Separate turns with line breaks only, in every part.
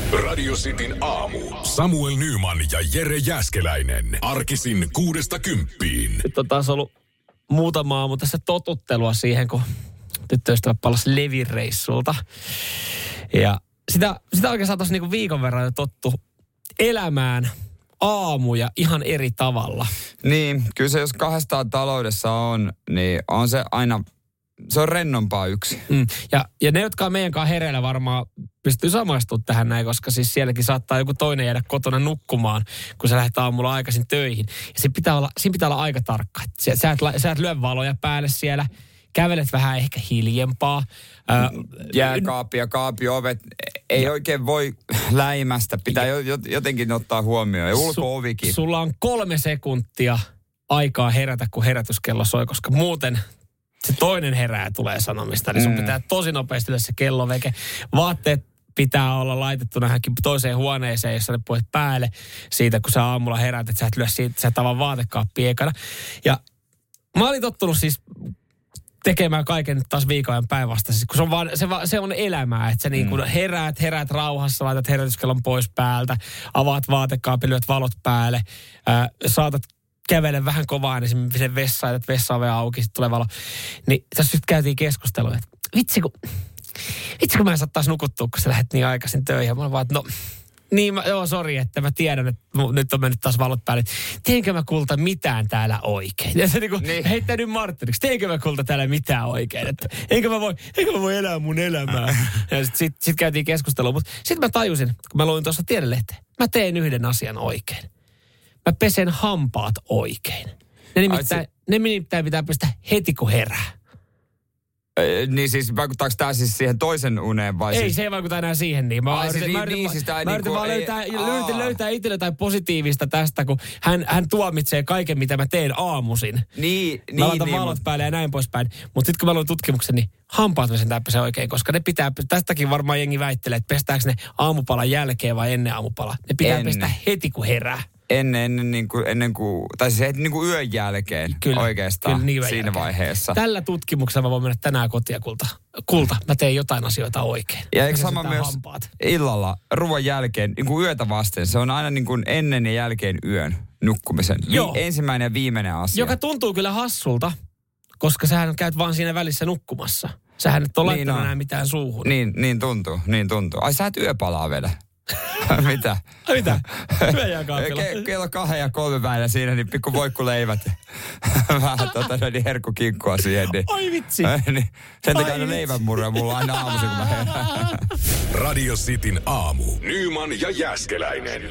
Radio Cityn aamu. Samuel Nyman ja Jere Jääskeläinen. Arkisin 6–10.
Nyt on taas ollut muutama aamu tässä totuttelua siihen, kun tyttöystävä palasi levireissulta. Ja sitä oikeastaan tuossa niinku viikon verran jo tottu elämään aamuja ihan eri tavalla.
Niin, kyllä se jos kahdestaan taloudessa on, niin on se aina, se on rennompaa yksi.
Ja ne, jotka on meidän kanssa hereillä varmaan pystyy samaistumaan tähän näin, koska siis sielläkin saattaa joku toinen jäädä kotona nukkumaan, kun sä lähdet aamulla aikaisin töihin. Ja siinä pitää olla aika tarkka. Sä et lyö valoja päälle siellä, kävelet vähän ehkä hiljempaa.
Kaapiovet, ei oikein voi läimästä, pitää jotenkin ottaa huomioon. Ja ulko-ovikin.
Sulla on 3 sekuntia aikaa herätä, kun herätyskello soi, koska muuten se toinen herää tulee sanomista. Niin sun pitää tosi nopeasti se kelloveke. Vaatteet pitää olla laitettu johonkin toiseen huoneeseen, jossa ne puhet päälle siitä, kun sä aamulla herät, että sä et lyö siitä, sä tavan vaatekaappi ekana. Ja mä olin tottunut siis tekemään kaiken nyt taas viikon ajan päinvastaisesti, kun se on elämää, että sä niin kuin heräät rauhassa, laitat herätyskellon pois päältä, avaat vaatekaapin, lyöt valot päälle, saatat kävele vähän kovaa, niin sen vessaan, että vessa-ove auki, sitten tulee valo. Niin tässä nyt käytiin keskustelua, että vitsi kun mä en saa taas nukuttua, kun sä lähdet niin aikaisin töihin. Mä olen vaan, että no, niin sori, että mä tiedän, että nyt on mennyt taas valot päälle. Teenkö mä kulta mitään täällä oikein? Ja se niin heittää nyt Martiniksi, teenkö mä kulta täällä mitään oikein? Että eikö mä voi elää mun elämää? Ja sit käytiin keskustelua, mutta sitten mä tajusin, kun mä luin tuossa tiedelehteen, mä teen yhden asian oikein. Mä pesen hampaat oikein. Ne nimittäin pitää pestä heti, kun herää.
Niin siis vaikuttaako tämä siis siihen toisen uneen vai?
Ei, se ei vaikuta enää siihen niin. Mä yritin vaan löytää itselle jotain positiivista tästä, kun hän tuomitsee kaiken, mitä mä teen aamuisin. Mä laitan valot päälle ja näin poispäin. Mutta sitten kun mä luin tutkimuksen, niin hampaat pesentää pesää oikein, koska ne pitää, tästäkin varmaan jengi väittelee, että pestääkö ne aamupalan jälkeen vai ennen aamupalaa. Ne pitää pestä heti, kun herää. Ennen kuin, tai siis niin kuin yön jälkeen oikeastaan niin siinä jälkeen. Vaiheessa. Tällä tutkimuksella mä voin mennä tänään kotia kulta. Mä teen jotain asioita oikein. Ja eikö sama myös hampaat illalla ruoan jälkeen, niin kuin yötä vasten, se on aina niin kuin ennen ja jälkeen yön nukkumisen. Ensimmäinen ja viimeinen asia. Joka tuntuu kyllä hassulta, koska sähän käyt vaan siinä välissä nukkumassa. Sähän et ole laittanut enää mitään suuhun. Niin tuntuu. Ai sä et yöpalaa vedä. Mitä? Yöjääkaapilla. Kello 2 ja 3 välillä siinä, niin pikku voikkuleivät. Vähän niin herkkukinkkua siihen. Niin. Oi vitsi.
Niin. Sen takia aina leivänmurroja mulla aina aamuisin, kun mä herään.
Radio Cityn aamu. Nyman ja Jääskeläinen.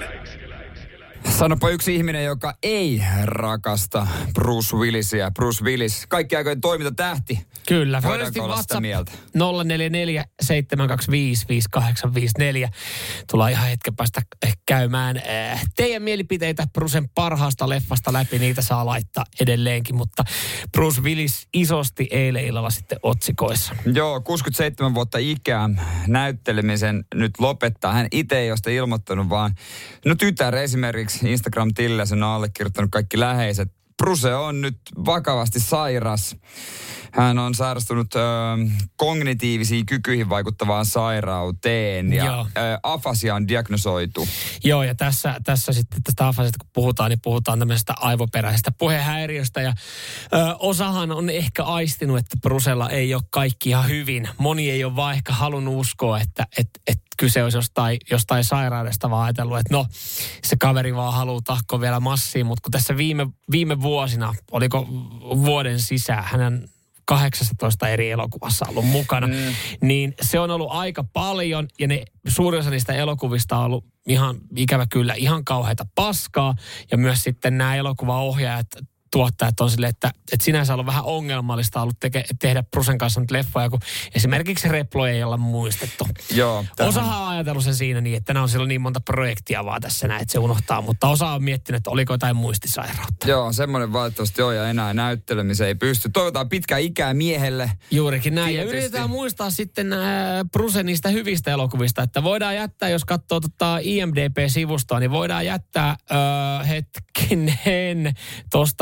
Sanopa yksi ihminen, joka ei rakasta Bruce Willisia. Bruce Willis, kaikki aikojen toimintatähti.
Kyllä. Voidaanko olla sitä mieltä? 044 725 5854. Tullaan ihan hetken päästä käymään teidän mielipiteitä Brucen parhaasta leffasta läpi. Niitä saa laittaa edelleenkin, mutta Bruce Willis isosti eilen illalla sitten otsikoissa. Joo,
67 vuotta ikää näyttelemisen nyt lopettaa. Hän itse ei ole sitä ilmoittanut, vaan tytär esimerkiksi Instagram-tilillä sen on allekirjoittanut kaikki läheiset. Bruce on nyt vakavasti sairas. Hän on sairastunut kognitiivisiin kykyihin vaikuttavaan sairauteen ja afasia on diagnosoitu. Joo, ja tässä sitten tästä afasiasta kun puhutaan, niin puhutaan tämmöisestä aivoperäisestä puhehäiriöstä. Ja osahan on ehkä aistinut, että Brucella ei ole kaikki ihan hyvin. Moni ei ole vaan ehkä halunnut uskoa, että kyse olisi jostain sairaudesta, vaan ajatellut, että no, se kaveri vaan haluaa tahkoa vielä massiin. Mutta kun tässä viime vuosina, oliko vuoden sisään, hänen 18 eri elokuvassa ollut mukana, niin se on ollut aika paljon, ja suurin osa niistä elokuvista on ollut ihan, ikävä kyllä, ihan kauheita paskaa, ja myös sitten nämä elokuvaohjaajat, tuottajat on silleen, että sinänsä on ollut vähän ongelmallista ollut tehdä Brucen kanssa nyt leffoja, kun esimerkiksi Reploja ei olla muistettu. Joo. Osahan on ajatellut sen siinä niin, että nämä on silloin niin monta projektia vaan tässä näin, että se unohtaa, mutta osa on miettinyt, että oliko jotain muistisairautta. Joo, semmoinen valitettavasti ja enää näyttelemiseen ei pysty. Toivotaan pitkää ikää miehelle. Juurikin näin. Tietysti. Ja yritetään muistaa sitten Brucen niistä hyvistä elokuvista, että voidaan jättää, jos katsoo IMDb-sivustoa, niin voidaan jättää hetkinen tuosta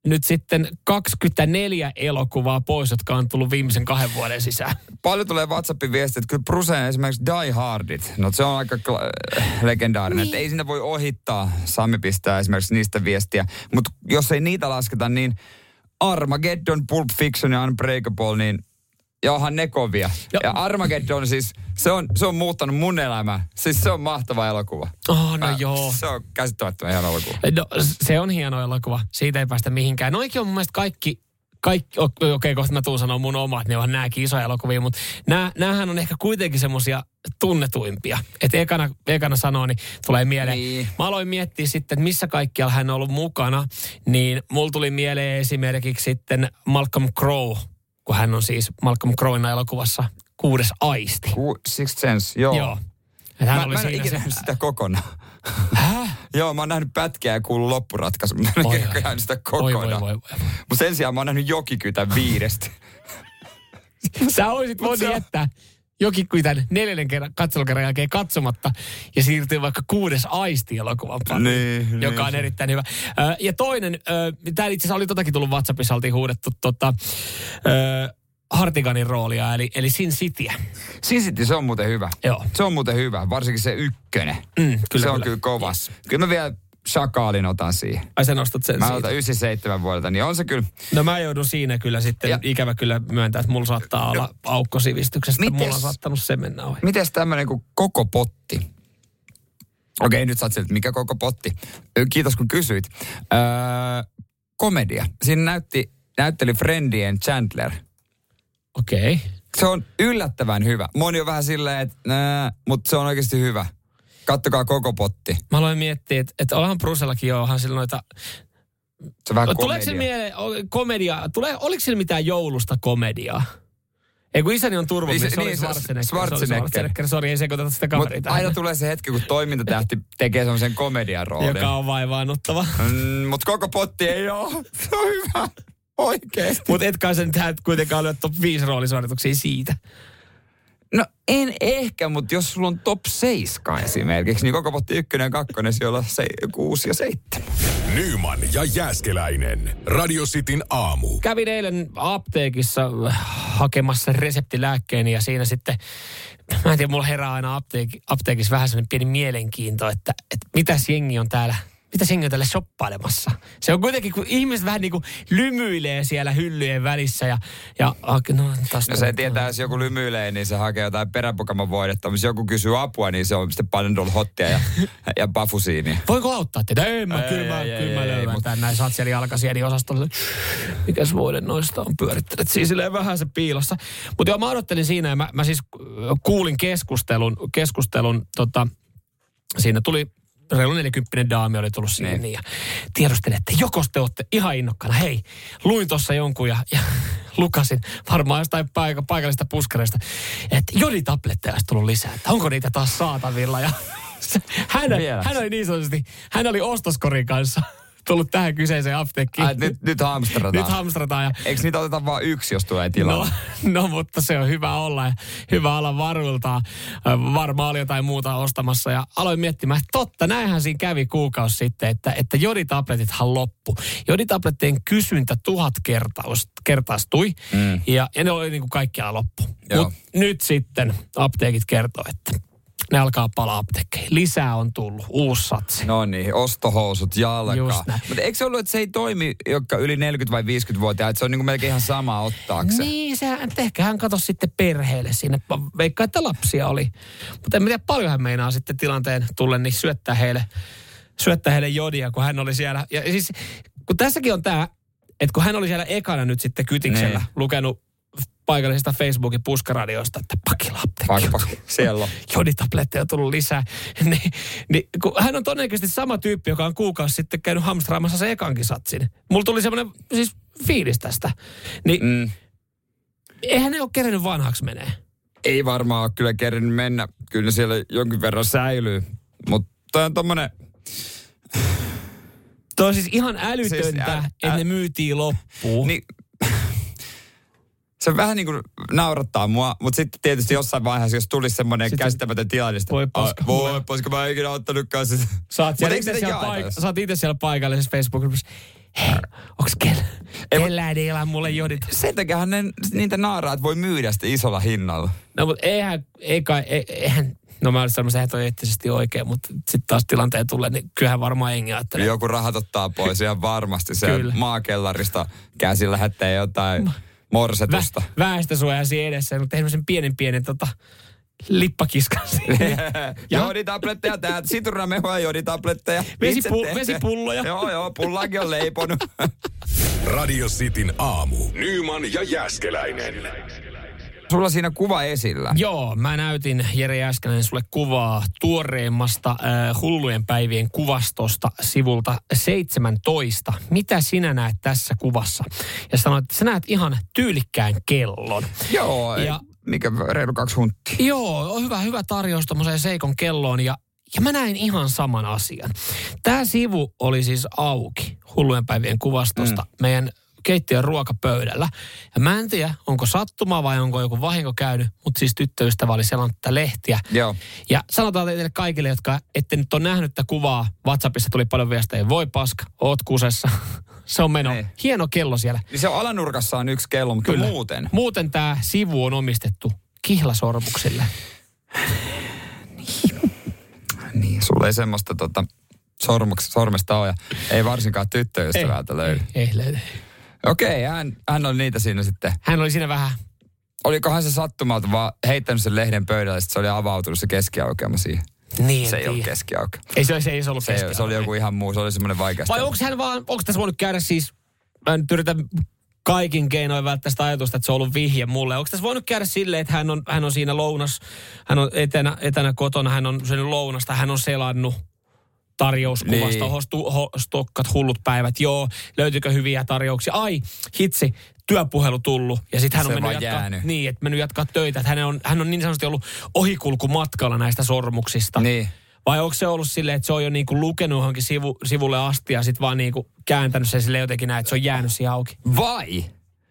nyt sitten 24 elokuvaa pois, jotka on tullut viimeisen 2 vuoden sisään.
Paljon tulee WhatsAppin viestiä, että kyllä Bruce esimerkiksi Die Hardit. No se on aika legendaarinen, että ei siinä voi ohittaa. Sami pistää esimerkiksi niistä viestiä. Mutta jos ei niitä lasketa, niin Armageddon, Pulp Fiction ja Unbreakable, niin johan ne kovia. Ja Armageddon siis, se on muuttanut mun elämää. Siis se on mahtava elokuva.
Joo.
Se on käsittämättömän hieno elokuva.
No, se on hieno elokuva. Siitä ei päästä mihinkään. Noikin on mun mielestä kaikki kohta mä tuun sanoa mun omat, ne on nääkin isoja elokuvia, mutta näähän on ehkä kuitenkin semmosia tunnetuimpia. Että ekana sanoo, niin tulee mieleen. Niin. Mä aloin miettiä sitten, että missä kaikkialla hän on ollut mukana, niin mulla tuli mieleen esimerkiksi sitten Malcolm Crowe, kun hän on siis Malcolm Crowen elokuvassa 6. aisti.
Sixth Sense, joo.
Mä
en ikinä nähnyt sitä kokonaan. Joo, mä oon nähnyt pätkiä ja kuullut loppuratkaisun. Mä en ikinä nähnyt sitä kokonaan. Mutta sen sijaan mä oon nähnyt Jokikytän 5.
Sä olisit voinut jättää Jokikytän 4. katselukerran jälkeen katsomatta ja siirtyy vaikka 6. aisti-elokuvan pariin, joka on erittäin hyvä. Ja toinen, tää itse asiassa oli totakin tullut WhatsAppissa, oltiin huudettu Hartiganin roolia, eli Sin Cityä.
Sin City, se on muuten hyvä.
Joo.
Se on muuten hyvä, varsinkin se 1. Se on kyllä kova. Yes. Kyllä mä vielä Chacalin otan siihen.
Ai sä nostat sen
siitä? Mä otan 97 vuodelta, niin on se kyllä.
No mä joudun siinä kyllä sitten, ikävä kyllä myöntää, että mulla saattaa olla aukko sivistyksestä. Mulla on saattanut se mennä ohi.
Mites tämmönen kuin koko potti? Okei, nyt sä oot sieltä, mikä koko potti? Kiitos kun kysyit. Komedia. Siinä näytteli Friendien Chandler.
Okei.
Se on yllättävän hyvä. Moni on vähän silleen, että mutta se on oikeasti hyvä. Kattokaa koko potti.
Mä aloin miettiä, että olahan Brucellakin onhan sillä noita.
Se on vähän komedia.
Tuleeko se mieleen komedia? Oliko sillä mitään joulusta komediaa? Ei kun isäni on turvamies, se oli Schwarzenegger. Sori, ei sekoiteta sitä kaveria.
Mutta aina tulee se hetki, kun toimintatähti tekee semmoisen komedian roolin.
Joka on vaivaannuttava.
Mutta koko potti ei ole. Se on hyvä. Oikeesti.
Mutta etkä sä nyt kuitenkaan lyö top 5 roolisuorituksia siitä.
No en ehkä, mutta jos sulla on top 7 esimerkiksi, niin koko potti 1 ja 2, siellä on 6 ja 7.
Nyman ja Jääskeläinen. Radio Cityn aamu.
Kävin eilen apteekissa hakemassa reseptilääkkeeni ja siinä sitten, mä en tiedä, mulla herää aina apteekissa vähän sellainen pieni mielenkiinto, että mitäs jengi on täällä shoppailemassa. Se on kuitenkin, kun ihmiset vähän niin kuin lymyilee siellä hyllyjen välissä ja
no se tietää, jos joku lymyilee, niin se hakee jotain peräpukaman voidetta. Jos joku kysyy apua, niin se on sitten Panadol hottia ja bafusiinia.
Voinko auttaa teitä? Kyllä mä löydän tämän näin satseli-alkasieni osastolle. Mikäs voiden noista on pyörittänyt? Siis silleen vähän se piilossa. Mutta joo, mä odottelin siinä ja mä siis kuulin keskustelun siinä tuli reilu 40 daami oli tullut siihen niin ja tiedustelin, että jokos te olette ihan innokkana. Hei, luin tuossa jonkun ja lukasin varmaan jostain paikallista puskareista, että joditabletteja olisi tullut lisää. Että onko niitä taas saatavilla? Ja hän oli niin sanotusti, hän oli ostoskorin kanssa tullut tähän kyseiseen apteekkiin.
Nyt hamstrataan.
Nyt hamstrataan.
Eikö niitä oteta vaan 1, jos tulee tilaa?
No, mutta se on hyvä olla ja hyvä olla varuiltaan. Varmaan oli jotain muuta ostamassa ja aloin miettimään, että totta, näinhän siinä kävi kuukausi sitten, että joditabletithan loppu. Joditablettien kysyntä 1000-kertaistui ja ne oli niin kuin kaikkialla loppu. Mutta nyt sitten apteekit kertoo, että ne alkaa palaa apteekkeihin. Lisää on tullut. Uusi satsi.
No niin, ostohousut jalkaa. Mutta eikö se ollut, että se ei toimi, jotka yli 40- vai 50-vuotiaat, että se on niin kuin melkein ihan sama ottaakseen?
Niin, ehkä hän katsoi sitten perheelle sinne. Veikkaa, että lapsia oli. Mutta en tiedä, paljon hän meinaa sitten tilanteen tullen, niin syöttää heille jodia, kun hän oli siellä. Ja siis, kun tässäkin on tämä, että kun hän oli siellä ekana nyt sitten Kytiksellä lukenut paikallisesta Facebookin puskaradioista, että pakilla apteekki.
Siellä on.
Joditabletteja on tullut lisää. niin, kun hän on todennäköisesti sama tyyppi, joka on kuukausi sitten käynyt hamstraamassa se ekankin satsin. Mulla tuli semmoinen siis fiilis tästä. Niin eihän ne ole kerennyt vanhaksi menee.
Ei varmaan ole kyllä kerennyt mennä. Kyllä siellä jonkin verran säilyy. Mutta toi on tommonen.
Toi on siis ihan älytöntä, että ne myytiin loppuun.
Niin. Se vähän niin kuin naurattaa mua, mutta sitten tietysti jossain vaiheessa, jos tulisi semmoinen käsittämätön tilanne,
voi
poiska mä en ikinä ottanutkaan sitä.
Sä oot itse siellä paikallisessa Facebook-ryhmässä. hei, onks kellään ei elä mulle johdit?
Sen takiahan niitä naaraat voi myydä sitten isolla hinnalla.
No mutta eihän, no mä olisin sanonut, että on eettisesti oikein, mutta sitten taas tilanteen tulee, niin kyllähän varmaan engi ajattelee.
Joku rahat ottaa pois ihan varmasti. Se maakellarista käsin lähettää jotain morsetusta.
Väestösuojasi edessä, mutta tehdään sen pienen lippakiskan siihen.
Jooditabletteja täältä, sitruunamehua ja jooditabletteja.
Vesipulloja.
Joo, pullaakin on leiponut.
Radio Cityn aamu. Nyman ja Jääskeläinen.
Sulla siinä kuva esillä.
Joo, mä näytin Jere Jääskeläinen sulle kuvaa tuoreimmasta hullujen päivien kuvastosta sivulta 17. Mitä sinä näet tässä kuvassa? Ja sanoit, että sä näet ihan tyylikkään kellon.
Joo, mikä reilu 2 hunttia.
Joo, on hyvä tarjous tommoseen Seikon kelloon ja mä näin ihan saman asian. Tämä sivu oli siis auki hullujen päivien kuvastosta meidän keittiön ruokapöydällä. Ja mä en tiedä, onko sattuma vai onko joku vahinko käynyt, mutta siis tyttöystävä oli selannut tätä lehtiä.
Joo.
Ja sanotaan teille kaikille, jotka ette nyt ole nähnyt tätä kuvaa, WhatsAppissa tuli paljon viestejä, voi paska, oot kusessa. Se on meno.
Ei.
Hieno kello siellä.
Se on alanurkassa on yksi kello, mutta kyllä. Muuten
tämä sivu on omistettu kihlasormuksille.
Niin, sulla ei semmoista sormesta ole ja ei varsinkaan tyttöystävältä löydy.
Ei löydy.
Okei, hän oli niitä siinä sitten.
Hän oli siinä vähän.
Olikohan se sattumalta vaan heittänyt sen lehden pöydälle, sitten se oli avautunut se keskiaukeama siihen.
Niin,
se ei ollut keskiaukeama.
Ei se ollut keskiaukeama.
Se oli joku ihan muu, se oli semmoinen vaikeasti.
Vai onko tässä voinut käydä siis, mä nyt yritän kaikin keinoin välttää sitä ajatusta, että se on ollut vihje mulle. Onko tässä voinut käydä silleen, että hän on siinä lounas, hän on etänä kotona, hän on sen lounasta, hän on selannut tarjouskuvasta, stokkat hullut päivät. Joo, löytyykö hyviä tarjouksia? Ai, hitsi, työpuhelu tullut. Ja sitten hän on mennyt jatkaa töitä. Että hän on niin sanotusti ollut ohikulkumatkalla näistä sormuksista.
Niin.
Vai onko se ollut silleen, että se on jo niinku lukenut johonkin sivulle asti ja sitten vaan niinku kääntänyt sen silleen jotenkin näin, että se on jäänyt siihen auki?
Vai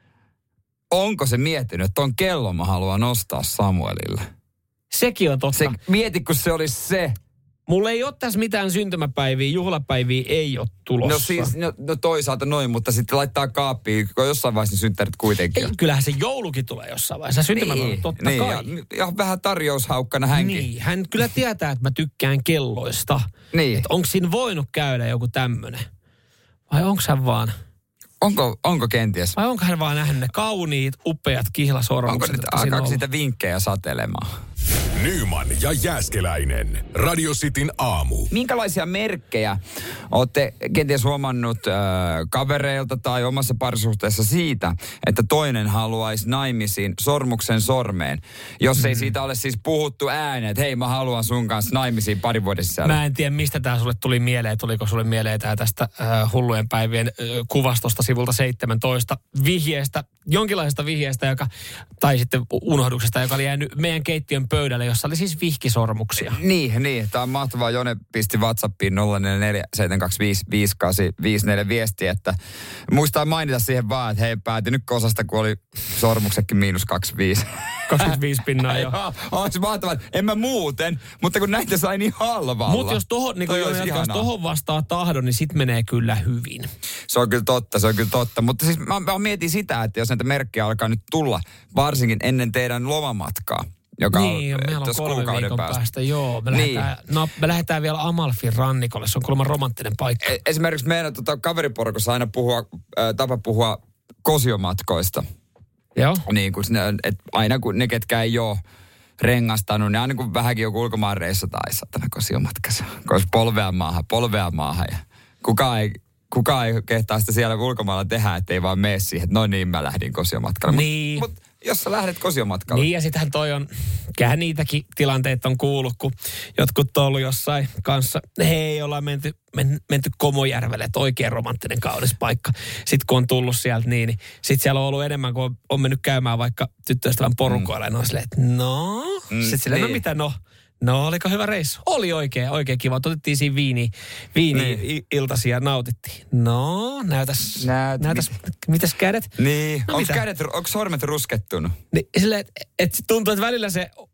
onko se miettinyt, että ton kellon mä haluan nostaa Samuelille?
Sekin on totta.
Mieti, kun se olisi se.
Mulla ei ole tässä mitään syntymäpäiviä, juhlapäiviä ei ole tulossa.
No siis, no toisaalta noin, mutta sitten laittaa kaappiin, kun jossain vaiheessa synttärit kuitenkin.
Ei, kyllähän se joulukin tulee jossain vaiheessa. Syntymäpäivä totta kai.
Ja vähän tarjoushaukkana hänkin.
Niin, hän kyllä tietää, että mä tykkään kelloista.
Niin.
Että onko siinä voinut käydä joku tämmönen? Vai onko hän vaan...
Onko kenties?
Vai onko hän vaan nähnyt ne kauniit, upeat kihlasormukset?
Alkaako sitä vinkkejä satelemaan?
Nyman ja Jääskeläinen. Radio Cityn aamu.
Minkälaisia merkkejä olette kenties huomannut kavereilta tai omassa parisuhteessa siitä, että toinen haluaisi naimisiin sormuksen sormeen, jos ei siitä ole siis puhuttu ääneen, että hei, mä haluan sun kanssa naimisiin parin vuoden sisällä?
Mä en tiedä, mistä tää sulle tuli mieleen. Tuliko sulle mieleen tää tästä hullujen päivien kuvastosta sivulta 17 vihjeestä, jonkinlaisesta vihjeestä, tai sitten unohduksesta, joka oli jäänyt meidän keittiön pöydälle, jossa oli siis vihkisormuksia.
Niin. Tämä on mahtavaa. Jone pisti WhatsAppiin 044 viestiä, että muistaa mainita siihen vaan, että hei, päätin kosasta, kun oli sormuksetkin -25.
25 pinnaa jo.
Olisi mahtavaa. En mä muuten, mutta kun näitä sai niin halvalla.
Mutta jos tohon vastaa tahdon, niin sit menee kyllä hyvin.
Se on kyllä totta. Mutta siis mä mietin sitä, että jos näitä merkkejä alkaa nyt tulla, varsinkin ennen teidän lomamatkaa, joka
niin, meillä on 3 viikon päästä. Joo, me lähdetään vielä Amalfin rannikolle. Se on kuulemma romanttinen paikka.
Esimerkiksi meidän kaveriporukassa aina tapa puhua kosiomatkoista.
Joo.
Niin kuin aina kun ne, ketkä ei ole rengastanut, niin aina kun vähänkin joku ulkomaan reissa tai satana kosiomatkassa. Koska polvea maahan ja kukaan ei kehtaa sitä siellä ulkomailla tehdä, ettei vaan mene siihen, että no niin, mä lähdin kosiomatkalle.
Niin.
Mut jos sä lähdet kosiomatkalle.
Niin ja sitähän toi on, kyllähän niitäkin tilanteita on kuullut, kun jotkut on ollut jossain kanssa, hei, ollaan menty Komojärvelle, että oikein romanttinen kaunis paikka. Sitten kun on tullut sieltä niin sitten siellä on ollut enemmän, kun on mennyt käymään vaikka tyttöystävän porukoilla, ja on silleen, että sitten silleen,
niin.
mitä No, oliko hyvä reissu? Oli oikein kiva. Otettiin siinä viini niin. Iltasia ja nautittiin. No, näytäs mitäs kädet?
Niin, onko sormet ruskettunut?
Niin, silleen, että tuntuu, että välillä se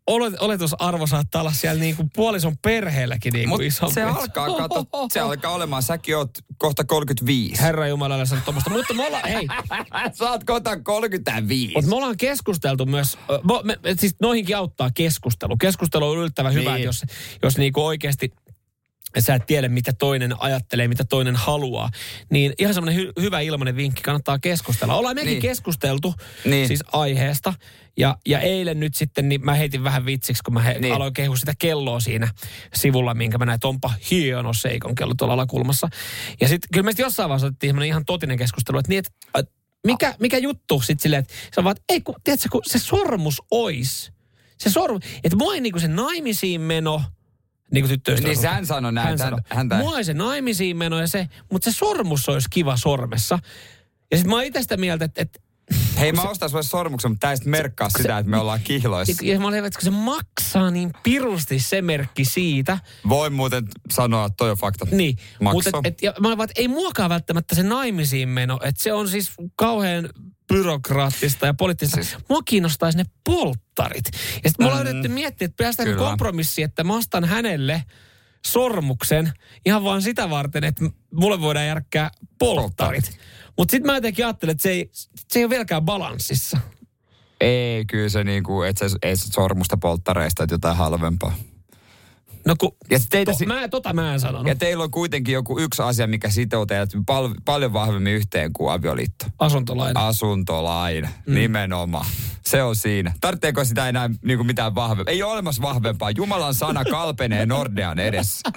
oletusarvo saattaa olla siellä niin kuin puolison perheelläkin niin kuin isompi.
Se alkaa olemaan, säkin oot kohta 35.
Herra Jumala, sanot tuommoista. Mutta me ollaan, hei.
Sä oot kohta 35.
Mutta me ollaan keskusteltu myös, siis noihinkin auttaa keskustelu. Keskustelu on yllättävän hyvä, että jos niin kuin oikeasti sä et tiedä, mitä toinen ajattelee, mitä toinen haluaa, niin ihan semmoinen hyvä ilmainen vinkki, kannattaa keskustella. Ollaan mekin keskusteltu siis aiheesta, ja eilen nyt sitten niin mä heitin vähän vitsiksi, kun mä aloin kehua sitä kelloa siinä sivulla, minkä mä näin, että onpa hieno Seikon kello tuolla alakulmassa. Ja sitten kyllä meistä jossain vaiheessa otettiin semmoinen ihan totinen keskustelu, että niin, että mikä juttu sitten silleen, että sä vaan, että ei kun, tiedätkö, kun se sormus ois, että mua ei niinku se naimisiin meno, niin kuin tyttöystävä.
Niin hän sanoi näin.
Mua ei se naimisiin meno ja mutta se sormus olisi kiva sormessa. Ja sitten mä oon itse sitä mieltä, että
hei, mä ostan sulle sormuksen, mutta tää ei sitten merkkaa sitä, että me ollaan kihloissa.
Ja mä olin, että kun se maksaa niin pirusti se merkki siitä.
Voin muuten sanoa, että toi on fakta.
Niin, mutta mä olin, että ei muakaan välttämättä se naimisiin meno, että se on siis kauhean byrokraattista ja poliittista. Siis. Mua kiinnostaisi ne polttarit. Ja sitten mulla on yritetty miettiä, että päästään kompromissiin, että mä ostan hänelle sormuksen ihan vaan sitä varten, että mulle voidaan järkkää polttarit. Mutta sitten mä jotenkin ajattelen, että se ei ole vieläkään balanssissa.
Ei, kyllä se niinku, että se sormusta polttareista, että jotain halvempaa.
No kun,
mä
en sanonut.
Ja teillä on kuitenkin joku yksi asia, mikä sitoo teidät paljon vahvemmin yhteen kuin avioliitto. Asuntolaina, nimenomaan. Se on siinä. Tarvitseeko sitä enää niinku mitään vahvempaa? Ei ole olemassa vahvempaa. Jumalan sana kalpenee Nordean edessä.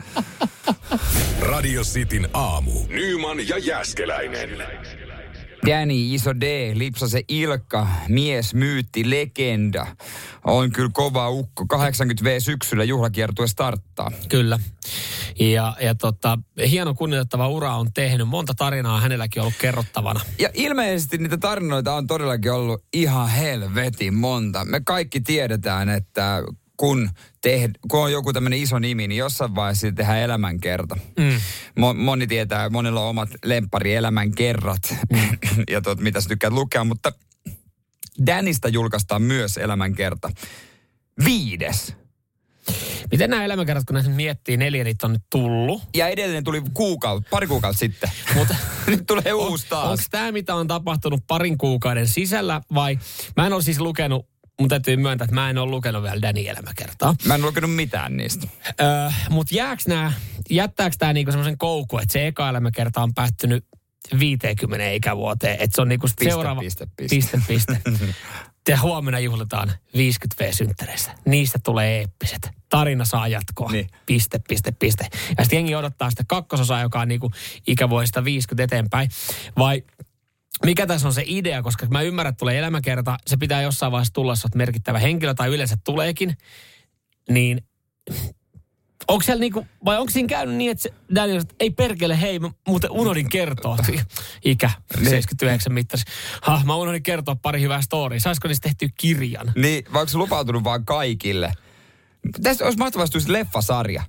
Radio Cityn aamu. Nyman ja Jääskeläinen.
Danny, Iso D, Lipsasen Ilkka, mies, myytti, legenda. On kyllä kova ukko. 80V syksyllä juhlakiertue starttaa.
Kyllä. Ja hieno kunnioitettava ura on tehnyt. Monta tarinaa hänelläkin ollut kerrottavana.
Ja ilmeisesti niitä tarinoita on todellakin ollut ihan helvetin monta. Me kaikki tiedetään, että kun on joku tämmöinen iso nimi, niin jossain vaiheessa tehdään elämänkerta. Moni tietää, monilla on omat lemppari-elämänkerrat ja mitä sä tykkäät lukea, mutta Dannystä julkaistaan myös elämänkerta. 5.
Miten nämä elämänkerrat, kun näitä miettii, 4 niitä on nyt tullut.
Ja edellinen tuli pari kuukautta sitten. Mutta nyt tulee uusi taas.
Onko tämä, mitä on tapahtunut parin kuukauden sisällä vai? Mä en ole siis lukenut, mun täytyy myöntää, että mä en ole lukenut vielä Danny elämäkertaa.
Mä en lukenut mitään niistä.
Mutta jättääkö tämä niinku semmoisen koukun, että se eka elämäkerta on päättynyt 50 ikävuoteen, että se on niinku seuraava piste. Ja huomenna juhlitaan 50V-synttäreissä. Niistä tulee eeppiset. Tarina saa jatkoa. Niin. Piste. Ja sitten jengi odottaa sitä kakkososaa, joka on niinku ikävuosista 50 eteenpäin. Vai mikä tässä on se idea, koska mä ymmärrän, että tulee elämäkerta, se pitää jossain vaiheessa tulla, jos olet merkittävä henkilö, tai yleensä tuleekin, niin onko siellä niinku, vai onko siinä käynyt niin, että Daniel, että ei perkele, hei, mä muuten unohdin kertoa, ikä 79 mittasi. Mä unohdin kertoa pari hyvää storya. Saisiko niistä tehtyä kirjan?
Niin, vai onko se lupautunut vaan kaikille? Tästä olisi mahtavasti leffasarja.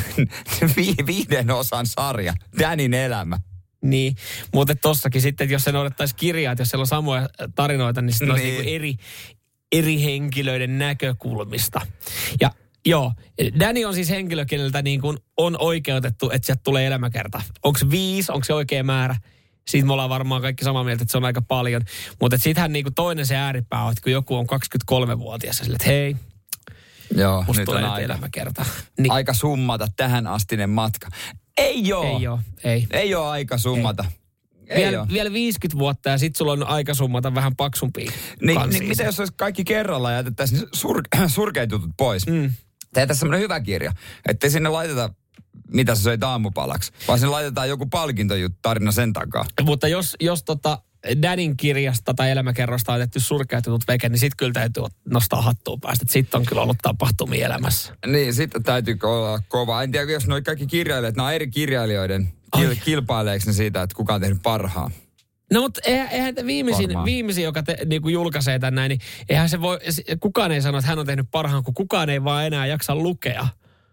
5 osan sarja. Dannyn elämä.
Niin, mutta tossakin sitten, että jos se noudattaisi kirjaa, että jos siellä on samoja tarinoita, niin sitten olisi niinku eri henkilöiden näkökulmista. Ja joo, Danny on siis henkilö, keneltä niin kuin on oikeutettu, että sieltä tulee elämäkerta. Onko 5, onko se oikea määrä? Siitä me ollaan varmaan kaikki samaa mieltä, että se on aika paljon. Mutta sittenhän niin kuin toinen se ääripää on, että kun joku on 23-vuotias ja sille, että hei,
joo,
musta tulee nyt elämäkerta. Niin.
Aika summata tähän astinen matka. Ei ole aika summata.
Vielä 50 vuotta ja sitten sulla on aika summata vähän paksumpia
niin mitä jos olisi kaikki kerralla ja jätettäisiin surkeat jutut pois? Tehdään semmoinen hyvä kirja, ettei sinne laiteta, mitä sä söit aamupalaksi, vaan sinne laitetaan joku palkintotarina sen takaa. Mutta
jos Dannyn kirjasta tai elämäkerrosta on tehty surkeat jutut veke, niin sitten kyllä täytyy nostaa hattua päästä. Sitten on kyllä ollut tapahtumia elämässä.
Niin, sitten täytyy olla kova. En tiedä, jos noi kaikki kirjailijat, nämä on eri kirjailijoiden, kilpaileeko ne siitä, että kuka on tehnyt parhaan?
No mutta eihän viimeisin joka niinku julkaisee tän näin, niin eihän se voi, kukaan ei sano, että hän on tehnyt parhaan, kun kukaan ei vaan enää jaksa lukea.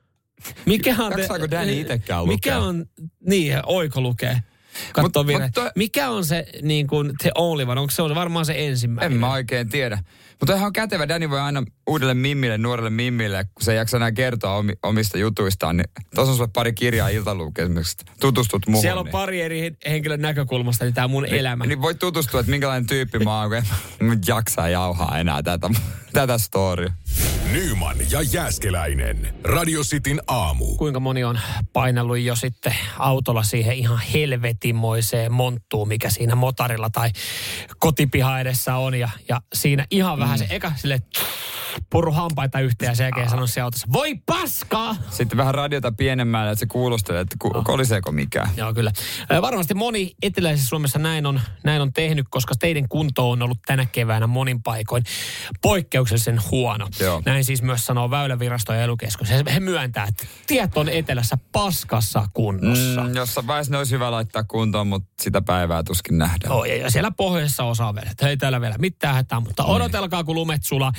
Jaksaako Danny itsekään lukea?
Mikä on, niin, oiko lukee? Mikä on se niin kuin the only one? Onko se on varmaan se ensimmäinen?
En mä oikein tiedä. Mutta ihan kätevä. Danny voi aina uudelle mimmille, nuorelle mimmille, kun se ei jaksa enää kertoa omista jutuistaan, niin tuossa on sulle pari kirjaa iltaluukea esimerkiksi. Tutustut muuhun.
Siellä on pari eri henkilön näkökulmasta, niin tämä on mun elämä.
Niin voit tutustua, että minkälainen tyyppi mä oon, kun en jaksaa jauhaa enää tätä storya.
Nyman ja Jääskeläinen. Radio Cityn aamu.
Kuinka moni on painellut jo sitten autolla siihen ihan helvetimoiseen monttuun, mikä siinä motarilla tai kotipiha edessä on. Ja siinä ihan vähän se eka silleen purru hampaita yhteen ja sen jälkeen sanoi siellä autossa, voi paskaa!
Sitten vähän radiota pienemmällä, että se kuulostelee, että koliseeko mikään.
Joo, kyllä. Varmasti moni eteläisessä Suomessa näin on tehnyt, koska teidän kunto on ollut tänä keväänä monin paikoin poikkeuksellisen huono.
Joo.
Näin siis myös sanoo Väylävirasto ja ELY-keskus. He myöntää, että tiet on etelässä paskassa kunnossa.
Jossain vaiheessa ne olisi hyvä laittaa kuntoon, mutta sitä päivää tuskin nähdään.
Oh, ja siellä pohjoisessa osaa vielä, että ei täällä vielä mitään hätää, mutta odotelkaa kun lumet sulaa.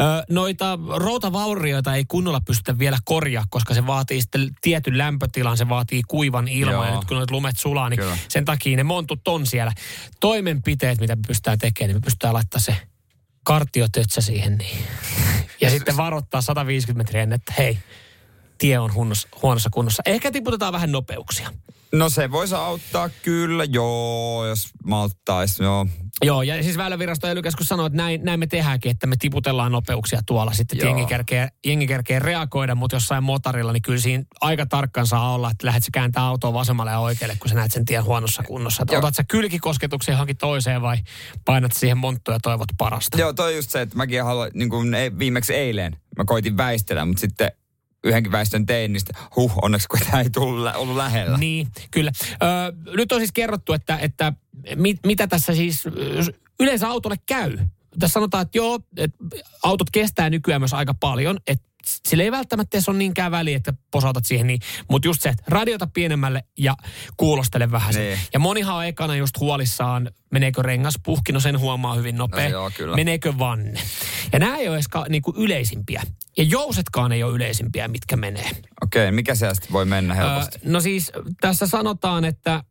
Noita routavaurioita ei kunnolla pystytä vielä korjaa, koska se vaatii sitten tietyn lämpötilan, se vaatii kuivan ilman.
Joo.
Ja nyt kun noita lumet sulaa, niin
Kyllä.
sen takia ne montut on siellä. Toimenpiteet, mitä me pystytään tekemään, niin me pystytään laittaa se kartiotötsä siihen niin. Ja sitten varoittaa 150 metriä ennen, että hei, tie on huonossa kunnossa. Ehkä tiputetaan vähän nopeuksia.
No se voisi auttaa kyllä, joo, jos malttaisi, joo.
Joo, ja siis Väylävirasto ja ELY-keskus sanoo, että näin me tehdäänkin, että me tiputellaan nopeuksia tuolla. Sitten jengi kerkee reagoida, mutta jossain motarilla, niin kyllä siinä aika tarkkaan saa olla, että lähdet sä kääntää autoa vasemmalle ja oikealle, kun sä näet sen tien huonossa kunnossa. Että otat sä kylkikosketuksen johonkin toiseen vai painat siihen monttuun ja toivot parasta?
Joo, toi just se, että mäkin haluan, niin kuin viimeksi eilen, mä koitin väistellä, mutta sitten yhdenkin väistön tein, niin onneksi kun tämä ei ollut lähellä.
Niin, kyllä. Nyt on siis kerrottu, että mitä tässä siis yleensä autolle käy. Tässä sanotaan, että joo, että autot kestää nykyään myös aika paljon, että sillä ei välttämättä edes ole niinkään väliä, että posautat siihen niin. Mutta just se, että radiota pienemmälle ja kuulostele vähän.
Niin.
Ja monihan on ekana just huolissaan, meneekö rengas puhki, no sen huomaa hyvin nopea.
No joo, kyllä.
Meneekö vanne. Ja nämä ei ole edes niinku yleisimpiä. Ja jousetkaan ei ole yleisimpiä, mitkä menee.
Okei, mikä se sitten voi mennä helposti?
No siis tässä sanotaan, että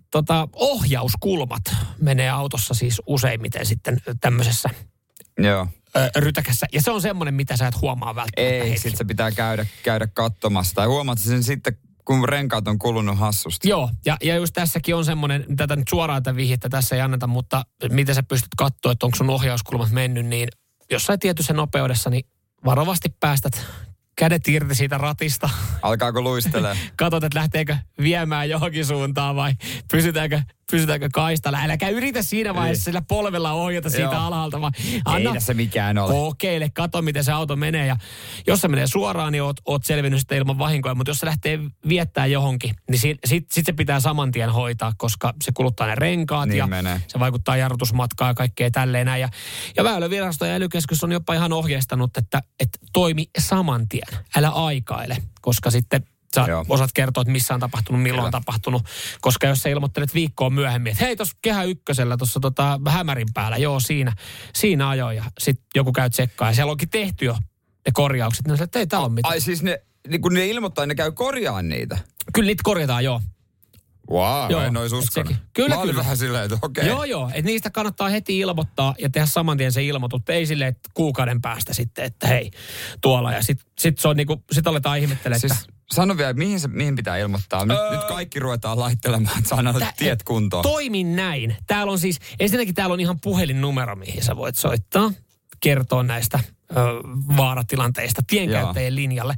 ohjauskulmat menee autossa siis useimmiten sitten tämmöisessä
Joo.
rytäkässä. Ja se on semmoinen, mitä sä et huomaa välttämättä
Ei,
heti.
sit se pitää käydä katsomassa. Tai huomaat sen sitten, kun renkaat on kulunut hassusti.
Joo, ja just tässäkin on semmoinen, tätä nyt suoraan tätä vihjettä tässä ei anneta, mutta miten sä pystyt katsoa, että onko sun ohjauskulmat mennyt, niin jossain tietyssä nopeudessa, niin varovasti päästät kädet irti siitä ratista.
Alkaako luistelee?
Katsot, että lähteekö viemään johonkin suuntaan vai pysytäänkö kaistalla. Äläkä yritä siinä vaiheessa sillä polvella ohjata siitä alhaalta, vaan anna
Ei tässä mikään ole.
kokeile, kato miten se auto menee. Ja jos se menee suoraan, niin oot selvinnyt sitten ilman vahinkoja. Mutta jos se lähtee viettää johonkin, niin sit se pitää saman tien hoitaa, koska se kuluttaa ne renkaat
Niin
ja
menee.
se vaikuttaa jarrutusmatkaan ja kaikkea tälleen näin. Ja Väylävirasto ja ELY-keskus on jopa ihan ohjeistanut, että toimi saman tien. Älä aikaile, koska sitten sä osaat kertoa, että missä on tapahtunut, milloin on tapahtunut. Koska jos sä ilmoittelet viikkoa myöhemmin, että hei, tuossa Kehä Ykkösellä, tuossa Hämärin päällä, joo, siinä ajoin. Ja sitten joku käy tsekkaa ja siellä onkin tehty jo ne korjaukset. Ne että ei tää ole mitään.
Ai siis kun ne ilmoittaa, ne käy korjaan niitä?
Kyllä niitä korjataan, joo.
Wow,
Joo,
en olisi uskonut.
Kyllä,
mä olin vähän silleen, että okei.
Joo, että niistä kannattaa heti ilmoittaa ja tehdä saman tien se ilmoitus. Ei silleen, että kuukauden päästä sitten, että hei, tuolla. Ja sit se on niinku, sit aletaan ihmettelemään,
siis,
että
sano vielä, mihin pitää ilmoittaa? Nyt kaikki ruvetaan laittelemaan, että saadaan tiet kuntoon.
Toimin näin. Täällä on siis, ensinnäkin täällä on ihan puhelinnumero, mihin sä voit soittaa. Kertoo näistä vaaratilanteista tienkäyttäjien linjalle.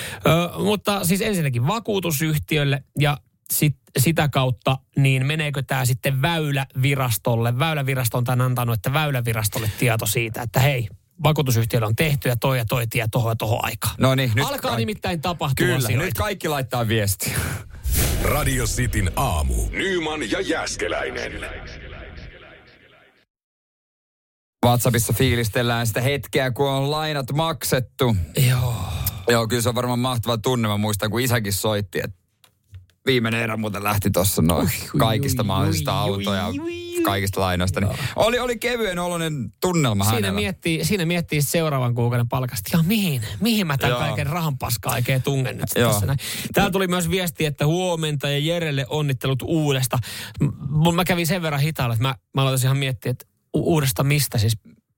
Mutta siis ensinnäkin vakuutusyhtiölle ja sitä kautta, niin meneekö tämä sitten Väylävirastolle? Väylävirasto on tämän antanut, että Väylävirastolle tieto siitä, että hei, vakuutusyhtiölle on tehty ja toi tie tohon aikaan.
No niin, nyt
alkaa nimittäin tapahtua
kyllä,
asioita.
nyt kaikki laittaa viestiä.
Radio Cityn aamu. Nyman ja Jääskeläinen.
WhatsAppissa fiilistellään sitä hetkeä, kun on lainat maksettu. Joo, kyllä se on varmaan mahtava tunne. Mä muistan, kun isäkin soitti, että viimeinen erä muuten lähti tuossa noin kaikista mahdollisista autoja, kaikista lainoista. Niin oli kevyen oloinen tunnelma hänellä.
Siinä miettii seuraavan kuukauden palkasta. Ja mihin mä tämän kaiken rahan paskaa oikein tungen nyt tässä näin. Täällä tuli myös viesti, että huomenta ja Jerelle onnittelut uudesta. Mä kävin sen verran hitaalla, että mä aloitin ihan miettiä, että uudesta mistä siis.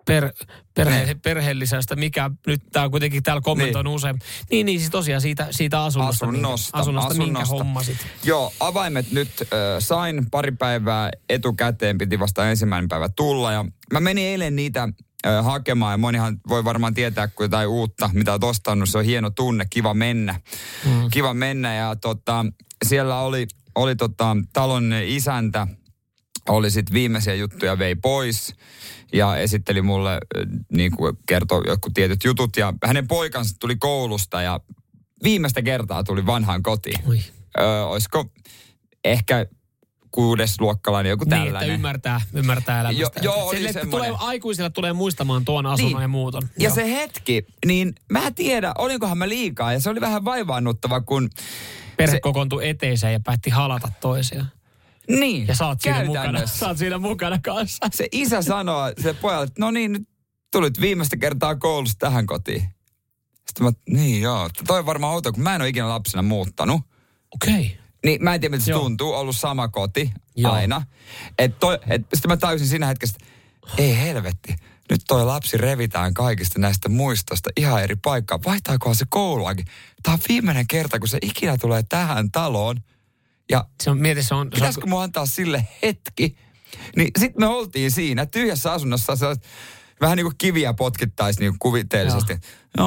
perheellisestä, mikä nyt tää on kuitenkin täällä kommentoinut usein. Niin siis tosiaan siitä asunnosta. Minkä hommasit.
Joo, avaimet nyt sain pari päivää etukäteen, piti vasta ensimmäinen päivä tulla ja mä menin eilen niitä hakemaan ja monihan voi varmaan tietää, kun jotain uutta, mitä olet ostanut, se on hieno tunne, kiva mennä. Kiva mennä ja siellä oli talon isäntä, oli sitten viimeisiä juttuja vei pois ja esitteli mulle, niin kuin kertoi jotkut tietyt jutut ja hänen poikansa tuli koulusta ja viimeistä kertaa tuli vanhaan kotiin. Olisiko ehkä 6. luokkalainen, joku tällainen.
Niin, että ymmärtää elämästä.
Joo, oli semmoinen.
Aikuisilla tulee muistamaan tuon asunnon ja muuton.
Ja se hetki, niin mä en tiedä, olinkohan mä liikaa ja se oli vähän vaivaannuttava, kun
perhe kokoontui eteiseen ja päätti halata toisiaan.
Niin,
ja saat siinä mukana kanssa.
Se isä sanoo se pojalle, että no niin, nyt tulit viimeistä kertaa koulusta tähän kotiin. Sitten niin joo, toi on varmaan outoa, kun mä en ole ikinä lapsena muuttanut.
Okei.
Niin mä en tiedä, miltä se tuntuu, ollut sama koti aina. Sitten mä tajusin siinä hetkessä, että ei helvetti, nyt toi lapsi revitään kaikista näistä muistosta ihan eri paikkaan. Vaihtaakohan se kouluakin? Tää on viimeinen kerta, kun se ikinä tulee tähän taloon. Ja pitäisikö mun antaa sille hetki? Niin sit me oltiin siinä tyhjässä asunnossa, vähän niin kuin kiviä potkittaisi niin kuvitteellisesti.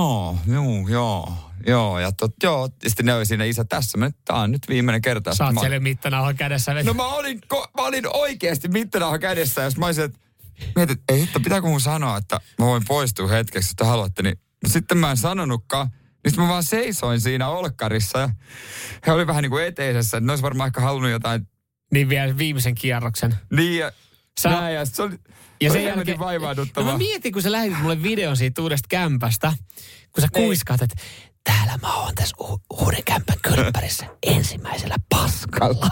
Joo. Ja sitten ne oli siinä isä tässä. Tää on nyt viimeinen kerta.
Sä oot siellä mittanauhan kädessä.
No mä olin oikeasti mittanauhan kädessä. Jos mä olisin, että mietin, että ei hitto, pitääkö mun sanoa, että mä voin poistua hetkeksi, jos te haluatte. Niin sitten mä en sanonutkaan. Niin mä vaan seisoin siinä olkkarissa ja he oli vähän niin kuin eteisessä. Ne olisi varmaan ehkä halunnut jotain.
Niin vielä viimeisen kierroksen.
Niin ja se oli... Ja sen jälkeen vaivaannuttavaa.
No mä mietin, kun sä lähetit mulle videon siitä uudesta kämpästä, kun sä kuiskaat, että täällä mä oon tässä uuden kämpän kylppärissä ensimmäisellä paskalla.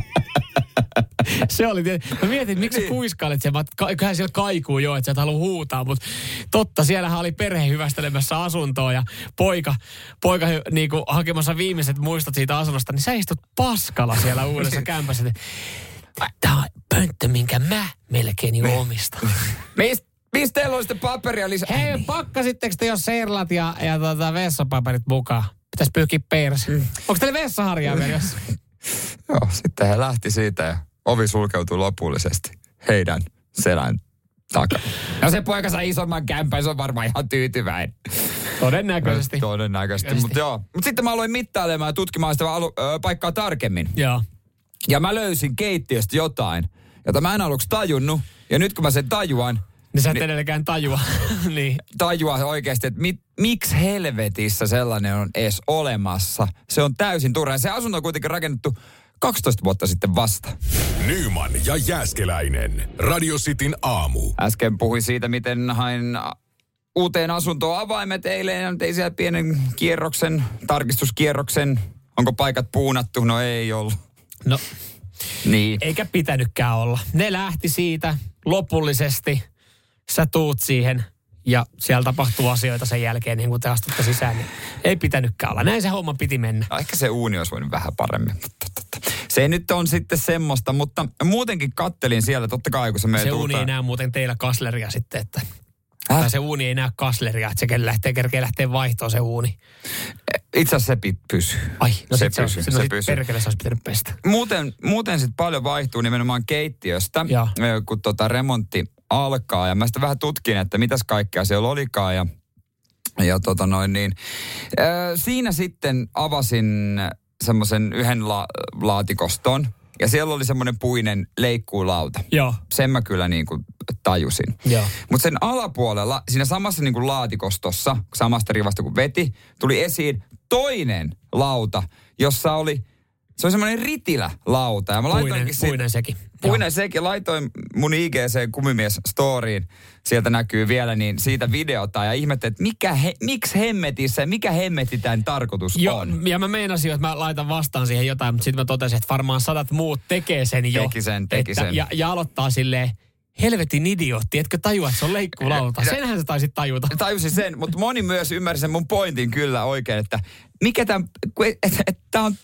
Se oli mä mietin, miksi sä kuiskailet sen, kyllähän siellä kaikuu jo, että sä et halua huutaa, mutta totta, siellähän oli perhe hyvästelemässä asuntoa ja poika niin kuin hakemassa viimeiset muistot siitä asunnosta, niin sä istut paskalla siellä uudessa kämpässä. Tämä on pönttö, minkä mä melkein jo omistan.
Mistä teillä on sitten paperia lisää?
Hei, pakkasitteko te jo serlat ja vessapaperit mukaan? Pitäisi pyyhkiä perse. Onko teillä vessaharjaa vielä jossain?
Joo, sitten he lähti siitä ja ovi sulkeutui lopullisesti heidän selän takana. Ja se poika sai isomman kämpän, se on varmaan ihan tyytyväinen.
Todennäköisesti.
Mutta sitten mä aloin mittailemaan ja tutkimaan sitä paikkaa tarkemmin.
Joo.
Ja mä löysin keittiöstä jotain, jota mä en aluksi tajunnut. Ja nyt kun mä sen tajuan...
Niin sä et edelleenkään tajua. Niin.
Tajua oikeasti, että miksi helvetissä sellainen on edes olemassa. Se on täysin turha. Se asunto on kuitenkin rakennettu 12 vuotta sitten vasta.
Nyman ja Jääskeläinen. Radio Cityn aamu.
Äsken puhuin siitä, miten hain uuteen asuntoon avaimet eilen. Tein siellä pienen tarkistuskierroksen. Onko paikat puunattu? No ei ollut.
No,
niin.
Eikä pitänytkään olla. Ne lähti siitä lopullisesti. Sä tuut siihen ja siellä tapahtuu asioita sen jälkeen, niin kun te astutte sisään. Niin ei pitänytkään olla. Näin se homma piti mennä.
No, ehkä se uuni olisi voinut vähän paremmin. Se nyt on sitten semmoista, mutta muutenkin kattelin siellä totta kai, kun se
uuni ei näe muuten teillä kasleria sitten, että... Tai se uuni ei näe kasleria, että se kerkee lähtee vaihtoon se uuni.
Itse asiassa se pysyy.
Ai, no
se
pysyy. Perkele se olisi pitänyt pestä.
Muuten sitten paljon vaihtuu nimenomaan keittiöstä, kun remontti alkaa. Ja mä sitten vähän tutkin, että mitäs kaikkea siellä olikaan. Ja siinä sitten avasin semmoisen yhden laatikoston. Ja siellä oli semmoinen puinen leikkuulauta.
Joo.
Sen mä kyllä niin kuin tajusin. Mutta sen alapuolella, siinä samassa niin kuin laatikostossa, samasta rivasta kuin veti, tuli esiin toinen lauta, jossa oli, se oli semmoinen ritilälauta. Ja mä
puinen sekin.
Puinen sekin. Laitoin mun IGC-kumimies-storiin, sieltä näkyy vielä, niin siitä videota. Ja ihmettelin, että miksi hemmetissä, mikä hemmetti tämän tarkoitus on.
Ja mä meinasin, että mä laitan vastaan siihen jotain, mutta sitten mä totesin, että varmaan 100 muut tekee sen jo.
Teki sen.
Ja aloittaa silleen, helvetin idiootti, etkö tajua, että se on leikkuulauta? Senhän sä taisit tajuta.
Tajusin sen, mutta moni myös ymmärsi sen mun pointin kyllä oikein, että mikä tämä on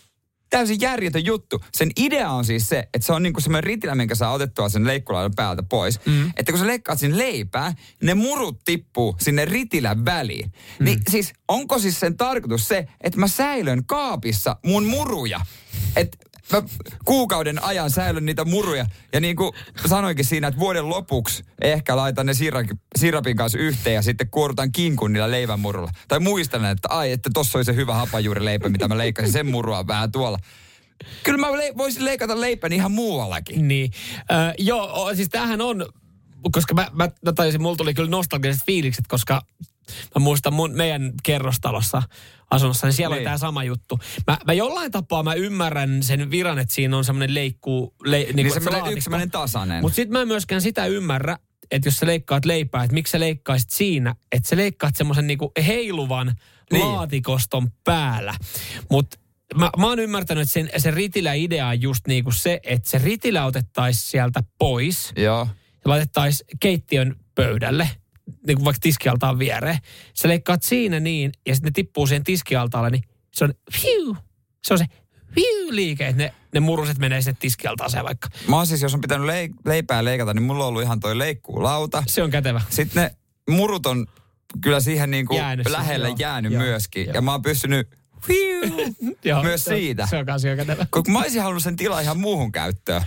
täysin järjetön juttu. Sen idea on siis se, että se on niinku semmoinen ritilä, minkä saa otettua sen leikkulaudan päältä pois. Että kun sä leikkaat sinne leipää, ne murut tippuu sinne ritilän väliin. Niin siis onko siis sen tarkoitus se, että mä säilön kaapissa mun muruja? Että mä kuukauden ajan säilyn niitä muruja. Ja niin kuin sanoinkin siinä, että vuoden lopuksi ehkä laitan ne sirapin kanssa yhteen ja sitten kuorutan kinkun niillä leivänmurulla. Tai muistan, että tossa oli se hyvä hapanjuurileipä, mitä mä leikkasin. Sen murua vähän tuolla. Kyllä mä voisin leikata leipän ihan muuallakin.
Niin. Joo, siis tämähän on, koska mä tajusin, mulla tuli kyllä nostalgiset fiilikset, koska mä muistan meidän kerrostalossa asunnossa, niin siellä oli tämä sama juttu. Mä jollain tapaa mä ymmärrän sen viran, että siinä on semmoinen leikkuu.
Niin semmoinen yksimäinen tasainen.
Mutta sitten mä en myöskään sitä ymmärrä, että jos sä leikkaat leipää, että miksi sä leikkaisit siinä, että sä leikkaat semmoisen niinku heiluvan laatikoston päällä. Mutta mä oon ymmärtänyt, että se ritilä-idea on just niinku se, että se ritilä otettaisiin sieltä pois.
Joo.
Ja laitettaisiin keittiön pöydälle, niin kuin vaikka tiskialtaan viereen. Sä leikkaat siinä niin, ja sitten ne tippuu siihen tiskialtaalle, niin se on se on se liike, että ne muruset menee sinne tiskialtaaseen vaikka.
Mä oon siis, jos on pitänyt leipää leikata, niin mulla on ollut ihan toi leikkuulauta.
Se on kätevä.
Sitten ne murut on kyllä siihen niin kuin lähelle jäänyt myöskin. Joo. Ja mä oon pystynyt myös siitä.
Se on kanssa kätevä.
Kun mä olisin halunnut sen tilaa ihan muuhun käyttöön.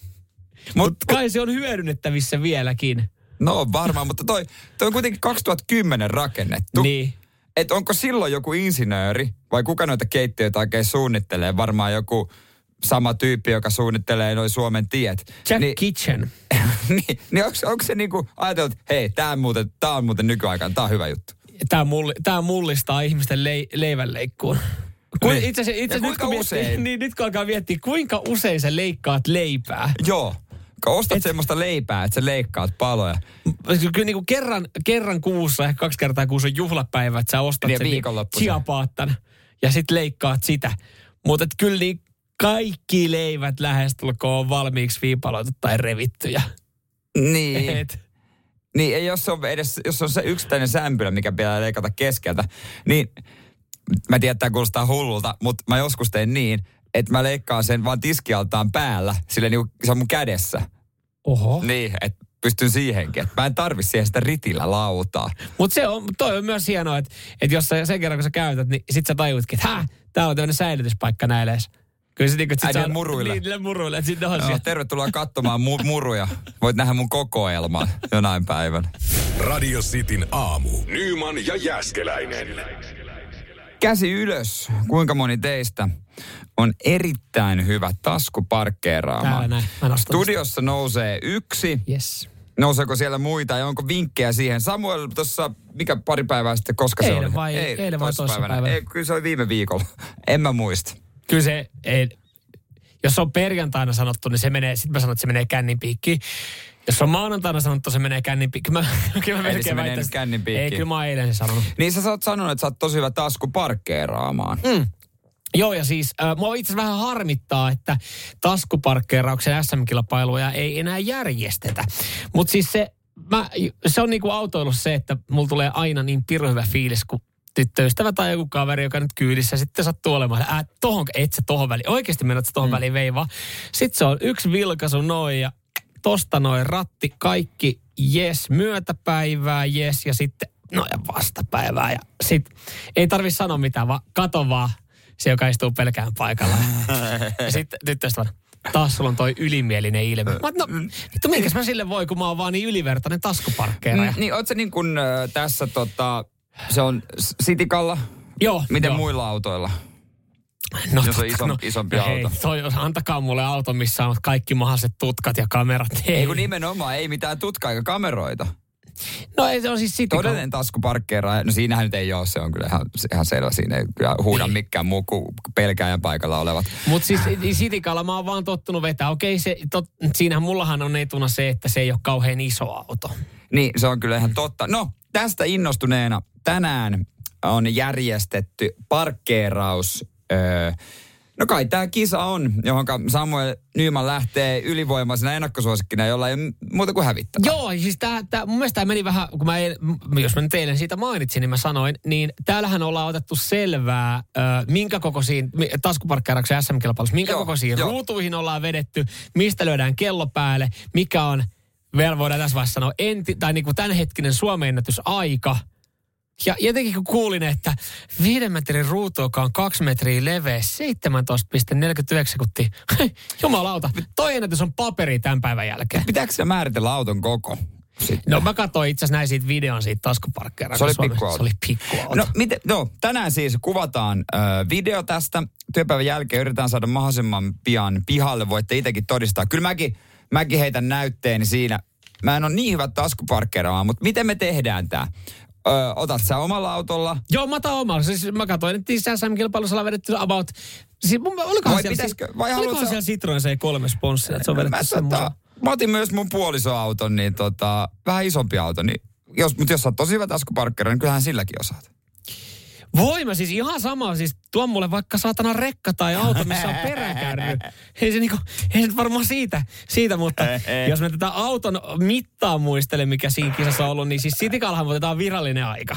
Mutta kai se on hyödynnettävissä vieläkin.
No varmaan, mutta toi on kuitenkin 2010 rakennettu.
Niin.
Että onko silloin joku insinööri vai kuka noita keittiöitä oikein suunnittelee? Varmaan joku sama tyyppi, joka suunnittelee noi Suomen tiet.
Jack Kitchen.
niin onko se niinku ajatellut, että hei, tää on muuten nykyaikana, tää on hyvä juttu.
Tää mullistaa ihmisten leivänleikkuun.
Niin.
Itse
kuinka usein?
Nyt kun alkaa miettiä, kuinka usein sä leikkaat leipää.
Joo. Ostat semmoista leipää, että sä leikkaat paloja.
Kyllä niin kuin kerran kuussa, ehkä 2 kertaa kuussa on juhlapäivä, että sä ostat
niin,
sen chiapaattan ja sit leikkaat sitä. Mutta kyllä niin kaikki leivät lähestulkoon on valmiiksi viipaloitu tai revittyjä.
Niin. Niin, jos on se yksittäinen sämpylä, mikä pitää leikata keskeltä, niin mä tiedän, että tämä kuulostaa hullulta, mutta mä joskus teen niin, että mä leikkaan sen vaan tiskialtaan päällä, sillä niin se on mun kädessä.
Oho.
Niin, että pystyn siihenkin. Että mä en tarvi siihen sitä ritillä lautaa.
Mutta toi on myös hienoa, että jos sen kerran kun sä käytät, niin sit sä tajutkin, että täällä on tämmöinen säilytyspaikka näille edes. Kyllä se niinku, että
muruille.
Niille muruille, että sitten on
no, tervetuloa katsomaan muruja. Voit nähdä mun kokoelman jonain päivän.
Radio Cityn aamu. Nyman ja Jääskeläinen.
Käsi ylös. Kuinka moni teistä on erittäin hyvä taskuparkkeeraamaan?
Täällä näin.
Studiossa nousee 1.
Yes.
Nouseeko siellä muita ja onko vinkkejä siihen? Samuel tuossa, mikä pari päivää sitten, koska se oli?
Eilen vai toissa päivänä?
Ei, kyllä se oli viime viikolla. En mä muista.
Kyllä se, jos on perjantaina sanottu, niin se menee, sitten mä sanon, että se menee kännin piikkiin. Jos on maanantaina sanottu, se menee kännin piikkiin.
Eli se menee nyt kännin piikkiin.
Ei, kyllä mä oon eilen sen sanonut.
Niin sä oot sanonut, että sä oot tosi hyvä taskuparkkeeraamaan.
Joo, ja siis mua itse asiassa vähän harmittaa, että taskuparkkeerauksen SM-kilpailuja ei enää järjestetä. Mutta siis se on niinku autoilussa se, että mulla tulee aina niin pirun hyvä fiilis, kun tyttöystävä tai joku kaveri, joka nyt kyydissä, sitten sattuu olemaan, et sä tohon väliin, oikeasti mennät sä tohon väliin veivaa. Sitten se on yksi vilkaisu noin ja tosta noin ratti, kaikki jes, myötäpäivää jes ja sitten no ja vastapäivää ja sit ei tarvi sanoa mitään, vaan kato vaan se, joka istuu pelkään paikalla. Ja sitten tyttöystävä, taas sulla on toi ylimielinen ilme. Vittu, minkäs mä sille voi, kun mä oon vaan niin ylivertainen taskuparkkeeraaja.
Niin, oot sä niin kuin tässä se on Citicalla?
Joo.
Miten muilla autoilla?
No,
jos on isompi auto.
Antakaa mulle auto, missä on kaikki mahdolliset tutkat ja kamerat.
Ei kun nimenomaan, ei mitään tutkaa eikä kameroita.
No ei, se on siis Citicalla.
Todellinen taskuparkkeeraaja, no siinähän nyt ei ole, se on kyllä ihan selvä. Siinä ei kyllä huuda mikään muu kuin pelkääjän paikalla olevat.
Mutta siis Citicalla mä oon vaan tottunut vetää. Okei, siinähän mullahan on etuna se, että se ei ole kauhean iso auto.
Niin, se on kyllä ihan totta. No, tästä innostuneena tänään on järjestetty parkkeeraus. No kai tämä kisa on, johon Samuel Nyman lähtee ylivoimaisena ennakkosuosikkina, jolla ei ole muuta kuin hävittävää.
Joo, siis mun mielestä tämä meni vähän, jos mä nyt eilen siitä mainitsin, niin mä sanoin, niin täällähän ollaan otettu selvää, minkä kokoisiin taskuparkkeerauksen SM-kilpailussa, minkä kokoisiin ruutuihin ollaan vedetty, mistä lyödään kello päälle, mikä on, vielä voidaan tässä vaiheessa sanoa, tai niin kuin tämänhetkinen Suomen ennätysaika. Ja jotenkin kun kuulin, että 5 metrin ruutu, joka on 2 metriä leveä, 17,49 sekuntia. Jumalauta, toi ennätys on paperi tämän päivän jälkeen.
Pitääkö se määritellä auton koko? Sitten.
No mä katsoin itse asiassa näin siitä videon siitä taskuparkkeeraan.
Se oli pikkuauto.
Se oli pikkuauto.
No, tänään siis kuvataan video tästä. Työpäivän jälkeen yritetään saada mahdollisimman pian pihalle. Voitte itsekin todistaa. Kyllä mäkin heitän näytteeni siinä. Mä en ole niin hyvä taskuparkkeeraamaan, mutta miten me tehdään tää? Otat sä omalla autolla?
Joo, mä otan omalla. Siis mä katsoin, että SM-kilpailussa ollaan vedetty about... Siis, olikohan siellä Citroen C3 sponssia, että se on vedetty semmoinen?
Mä otin myös mun puolisoauton, niin vähän isompi auto. Niin mutta jos sä oot tosi hyvä taskuparkkeri, niin kyllähän silläkin osaat.
Voi mä siis ihan sama, siis tuon mulle vaikka saatana rekka tai auto, missä on peräkärry. Ei se varmaan siitä mutta jos me tätä auton mittaa muistelen, mikä siinä kisassa on ollut, niin siis Citycalhan otetaan virallinen aika.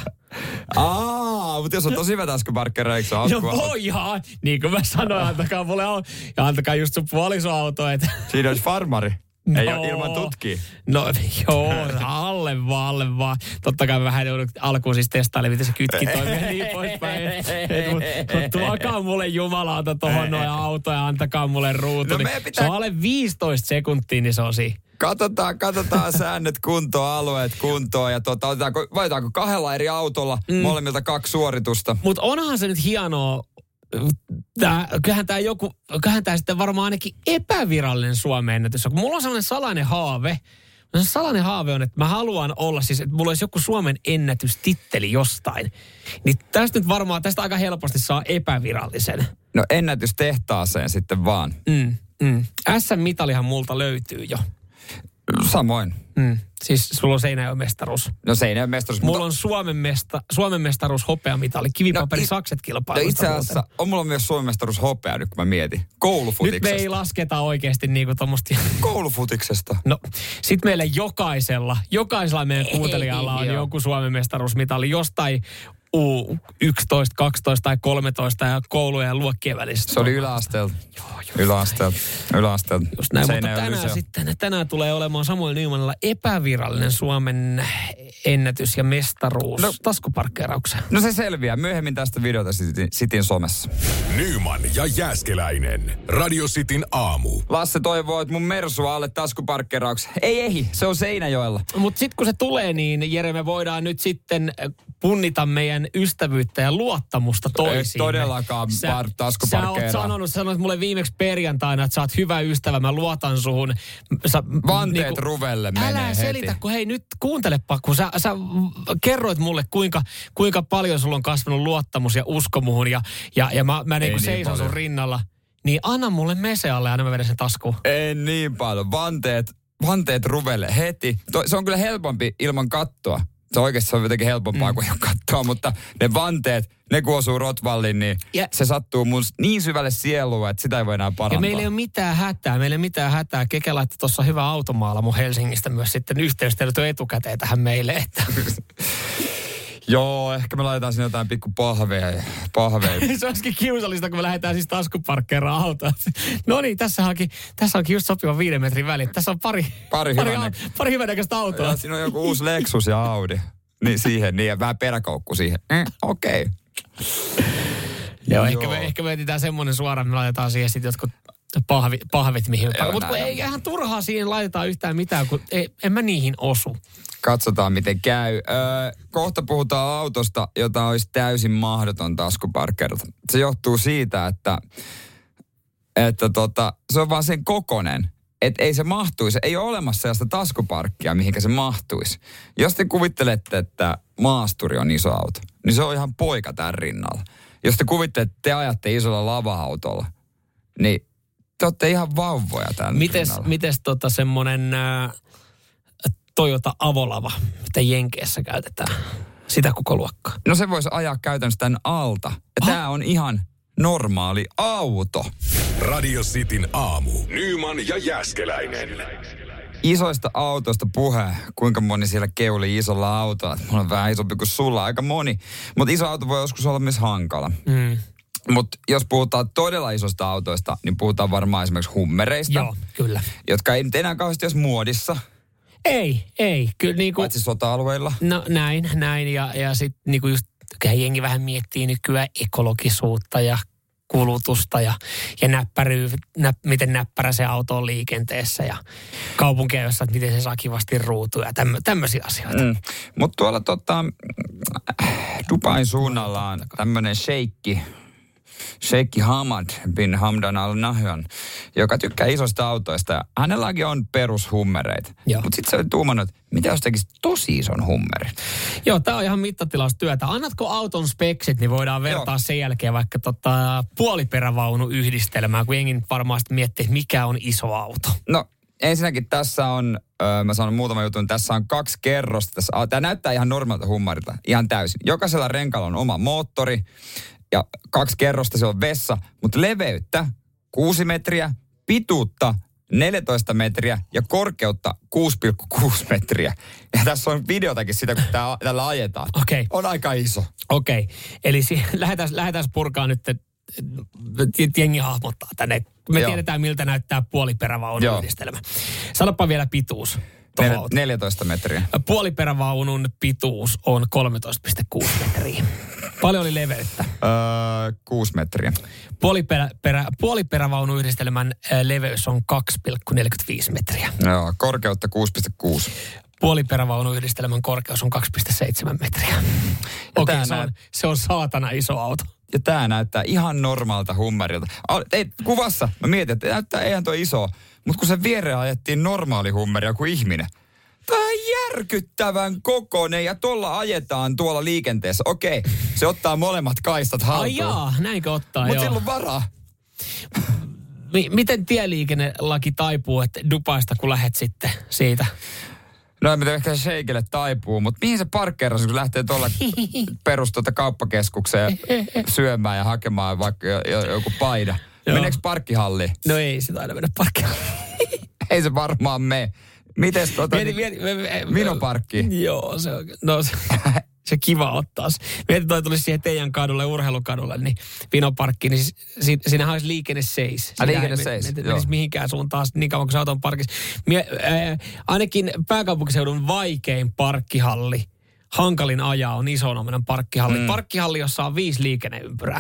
Mutta jos on tosi hyvä taskuparkkeri, eikö se ole?
No voihan, niin kuin mä sanoin, antakaa mulle ja antakaa just sun puolisoauto.
Siinä olisi farmari. No, ei ole ilman tutkia.
No joo, alle vaan. Totta kai vähän joudut alkuun siis testailemaan, miten se kytki toimii ja niin poispäin. Mutta tuokaa mulle jumalauta tohon noin auto ja antakaa mulle ruutu. No, se on alle 15 sekuntia, niin se on siinä.
Katsotaan säännöt kuntoon, alueet kuntoon ja valitaanko 2 eri autolla molemmilta 2 suoritusta. Mutta
onhan se nyt hienoa. Kyllähän tämä sitten varmaan ainakin epävirallinen Suomen ennätys. Kun mulla on sellainen salainen haave on, että mä haluan olla siis, että mulla olisi joku Suomen ennätystitteli jostain. Niin tästä aika helposti saa epävirallisen.
No ennätystehtaaseen sitten vaan.
SM-mitalihan multa löytyy jo.
Samoin.
Siis sulla on Seinäjoen mestaruus.
No Seinäjoen mestaruus.
Mulla on Suomen mestaruus hopeamitali, kivipaperi sakset kilpailusta.
Itse asiassa on mulla myös Suomen mestaruus hopea nyt kun mä mietin. Koulufutiksesta.
Nyt me ei lasketa oikeasti niinku tommoista.
Koulufutiksesta.
No sit meillä jokaisella meidän kuuntelijalla on joku Suomen mestaruusmitali jostain U11, 12 tai 13 ja koulujen ja luokkien välissä.
Se oli yläasteelta. Yläasteelta.
Just näin, mutta tänään tulee olemaan Samuel Nymanilla epävirallinen Suomen ennätys ja mestaruus taskuparkkeeraukseen.
No se selviää. Myöhemmin tästä videota Cityn somessa.
Nyman ja Jääskeläinen. Radio Cityn aamu.
Lasse toivoo, että mun Mersu alle taskuparkkeerauksen. Ei, se on Seinäjoella.
Mutta sitten kun se tulee, niin Jere, me voidaan nyt sitten punnita meidän ystävyyttä ja luottamusta toisiin.
Ei todellakaan taskuparkkeeraa.
Sä sanoit mulle viimeksi perjantaina, että sä oot hyvä ystävä, mä luotan suhun.
Vanteet ruvelle menee heti. Älä
selitä, kun hei nyt kuuntelepa, kun sä kerroit mulle, kuinka paljon sulla on kasvanut luottamus ja usko muhun ja mä niin seison sun rinnalla. Niin anna mulle mese alle ja anna mä vedän sen taskuun.
Ei niin paljon. Vanteet ruvelle heti. Se on kyllä helpompi ilman kattoa. Se oikeasti on jotenkin helpompaa kuin ei ole kattoa, mutta ne vanteet, ne kun osuu Rotwallin, niin se sattuu mun niin syvälle sieluun, että sitä ei voi enää parantaa.
Ja meillä ei ole mitään hätää. Keke laittoi tuossa hyvä automaala mun Helsingistä myös sitten yhteystiedot etukäteen tähän meille. Että.
Joo, ehkä me laitetaan sinne jotain pikku pahveja.
Se olisikin kiusallista, kun me lähdetään siis taskuparkkeeraan autoa. No niin, tässä onkin just sopiva 5 metrin väli. Tässä on pari hyvänäköistä autoa.
Ja siinä on joku uusi Lexus ja Audi. Niin siihen, ja vähän peräkoukku siihen. Okei.
Joo, ehkä me etsitään semmoinen suoraan, me laitetaan siihen sitten jotkut pahvit mihin. Mutta eihän turhaa siihen laitetaan yhtään mitään, kun en mä niihin osu.
Katsotaan, miten käy. Kohta puhutaan autosta, jota olisi täysin mahdoton taskuparkkeerata. Se johtuu siitä, että se on vaan sen kokonen, että ei se mahtuisi. Ei ole olemassa sellaista taskuparkkia, mihinkä se mahtuisi. Jos te kuvittelette, että maasturi on iso auto, niin se on ihan poika tämän rinnalla. Jos te kuvittelette, että te ajatte isolla lava-autolla, niin te olette ihan vauvoja tämän rinnalla.
Mites semmoinen Toyota Avolava, mitä Jenkeissä käytetään? Sitä koko luokkaa.
No se voisi ajaa käytännössä tämän alta. Ja tämä on ihan normaali auto.
Radio Cityn aamu. Nyman ja Jääskeläinen.
Isoista autoista puhe, kuinka moni siellä keuli isolla autolla. Mulla on vähän isompi kuin sulla, aika moni. Mutta iso auto voi joskus olla myös hankala. Mutta jos puhutaan todella isoista autoista, niin puhutaan varmaan esimerkiksi hummereista.
Joo, kyllä.
Jotka ei nyt enää kauheasti olisi muodissa.
Ei. Kyllä niinku...
Paitsi sota-alueilla.
No näin. Ja sitten niinku just jengi vähän miettii nykyään ekologisuutta ja kulutusta ja miten näppärä se auto on liikenteessä ja kaupunkia, jossa miten se saa kivasti ruutuja ja tämmöisiä asioita.
Mutta tuolla Dubain suunnalla on tämmöinen Sheikh Hamad bin Hamdan Al Nahyan, joka tykkää isoista autoista. Ja hänelläkin on perushummereita. Mutta sitten se oli tuumannut, että mitä jos tekisi tosi ison hummerin?
Joo, tämä on ihan mittatilaustyötä. Annatko auton speksit, niin voidaan vertaa sen jälkeen vaikka puoliperävaunuyhdistelmää, kun jengi varmaan miettii, mikä on iso auto. No,
ensinnäkin tässä on, mä sanon muutaman jutun, tässä on 2 kerrosta. Tämä näyttää ihan normaalta hummerilta, ihan täysin. Jokaisella renkaalla on oma moottori. Ja 2 kerrosta se on vessa, mutta leveyttä 6 metriä, pituutta 14 metriä ja korkeutta 6,6 metriä. Ja tässä on videotakin sitä, kun tällä ajetaan.
Okay.
On aika iso.
Okei. Eli lähdetään purkaa nyt, jengi hahmottaa tänne. Me tiedetään, miltä näyttää puoliperävaunuyhdistelmä. Sanopa vielä pituus.
14 metriä.
Puoliperävaunun pituus on 13,6 metriä. Paljon oli leveyttä?
6 metriä.
Puoliperävaunuyhdistelmän leveys on 2,45 metriä.
Joo, korkeutta 6,6.
Puoliperävaunuyhdistelmän korkeus on 2,7 metriä. Okei, se on saatana iso auto.
Ja tää näyttää ihan normaalta hummerilta. Kuvassa mä mietin, että näyttää eihän toi iso. Mutta kun sen viereen ajettiin normaali hummeri kuin ihminen. Tämä on järkyttävän kokoinen ja tuolla ajetaan tuolla liikenteessä. Okei, se ottaa molemmat kaistat haltuun.
Ai jaa, näinkö ottaa,
Mutta sillä on varaa.
Miten tieliikennelaki taipuu, että Dubaista kun lähet sitten siitä?
No en tiedä, ehkä se Sheikille taipuu, mutta mihin se parkkeerasi, kun lähtee tuolla kauppakeskukseen syömään ja hakemaan vaikka joku paida? Meneekö parkkihalliin?
No ei se taida mennä parkkihalliin.
Ei se varmaan mene. Mites Vinoparkki?
Joo, se kiva ottaa. Mietin, toi tulisi siihen teidän kadulle, urheilukadulle, niin Vinoparkki, niin siinähän olisi liikenne seis.
Liikenne seis,
joo. Menisi mihinkään suuntaan niin kauan kuin se auto on parkissa. Ainakin pääkaupunkiseudun vaikein parkkihalli, hankalin ajaa on Iso-Omenan parkkihalli. Parkkihalli, jossa on 5 liikenneympyrää.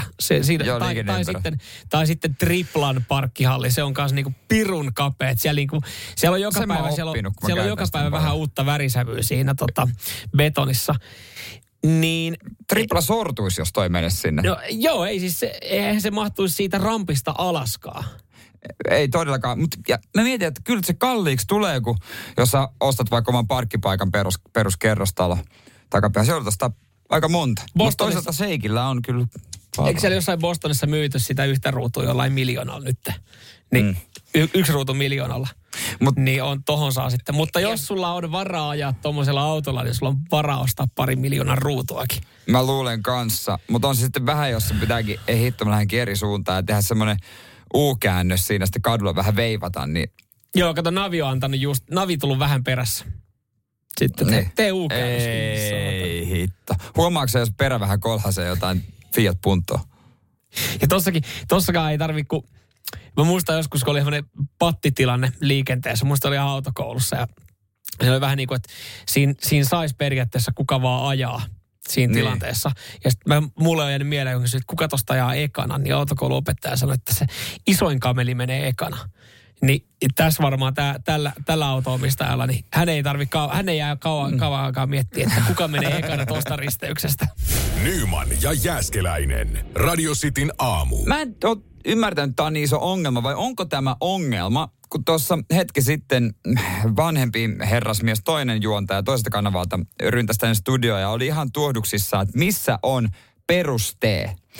Tai sitten triplan parkkihalli. Se on kanssa niinku pirun kapeet. Siellä on joka päivä vähän uutta värisävyä siinä betonissa. Niin,
tripla sortuisi, jos toi menisi sinne.
No, joo, eihän se mahtuisi siitä rampista alaskaan.
Ei todellakaan, mutta mä mietin, että kyllä se kalliiksi tulee, kun jos sä ostat vaikka oman parkkipaikan peruskerrostalo takapäin. Se on tästä aika monta. Mutta toisaalta Sheikillä on kyllä paljon.
Eikö siellä jossain Bostonissa myyty sitä yhtä ruutua jollain miljoonalla nyt? Niin, yksi ruutu miljoonalla. Niin on tohon saa sitten. Mutta jos sulla on varaa ajaa tommosella autolla, niin sulla on varaa ostaa 2 miljoonan ruutuakin.
Mä luulen kanssa. Mutta on se sitten vähän, jos se pitääkin, ei hitto, mä lähdenkin eri suuntaan ja tehdä semmoinen U-käännös siinä, sitten kadulla vähän veivata, niin...
Joo, kato, Navi on antanut Navi tullut vähän perässä. Sitten tee U-käännös.
Ei hitto. Huomaatko se, jos perä vähän kolhaisee jotain Fiat Puntoa?
Ja tossakaan ei tarvitse, kun... Mä muistan joskus, kun oli semmoinen pattitilanne liikenteessä. Muistan oli autokoulussa ja se oli vähän niin kuin, että siinä saisi periaatteessa kuka vaan ajaa siinä tilanteessa. Ja sitten mulle on jäänyt mieleen, että kuka tosta ajaa ekana, niin autokouluopettaja sanoi, että se isoin kameli menee ekana. Niin tässä varmaan tällä auto-omistajalla, niin hän ei jää kauan aikaa miettiä, että kuka menee ekana tosta risteyksestä.
Nyman ja Jääskeläinen. Radio Cityn aamu.
Mä en ole ymmärtänyt, että tämä on niin iso ongelma, vai onko tämä ongelma? Kun tuossa hetki sitten vanhempi herrasmies, toinen juontaja toisesta kanavalta ryntäsi tänne studioon ja oli ihan tuohduksissa, että missä on perustee.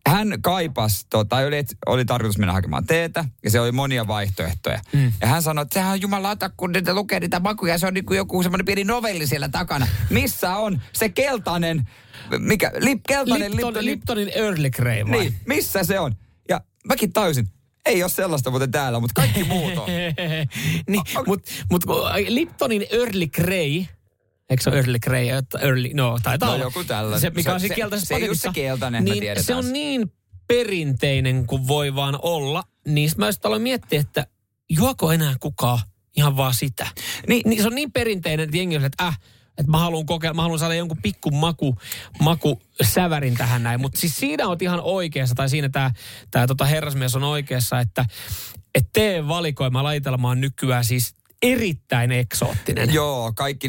hän kaipasi, oli tarkoitus mennä hakemaan teetä, ja se oli monia vaihtoehtoja. Ja hän sanoi, että sehän on jumalauta, kun niitä lukee niitä makuja, se on niin kuin joku semmoinen pieni novelli siellä takana. Missä on se keltainen,
Liptonin Early Grey vai?
Niin, missä se on? Ja mäkin tajusin, ei ole sellaista muuten täällä, mutta kaikki muut on.
Niin, mutta Liptonin Early Grey, eikö se ole Early Grey? Taitaa olla.
Joku tällainen.
Se, mikä on siinä keltaisessa paketissa.
Se ei ole se keltainen,
niin
me tiedetään.
Se on niin perinteinen kuin voi vaan olla. Niin mä just aloin miettiä, että juoko enää kukaan ihan vaan sitä. Niin se on niin perinteinen, että jengi on, että mä haluan kokeilla, mä haluan saada jonkun pikku makusävärin tähän näin. Mutta siis siinä oot ihan oikeassa, tai siinä tää herrasmies on oikeassa, että tee-valikoima laitelma on nykyään siis erittäin eksoottinen.
Joo, kaikki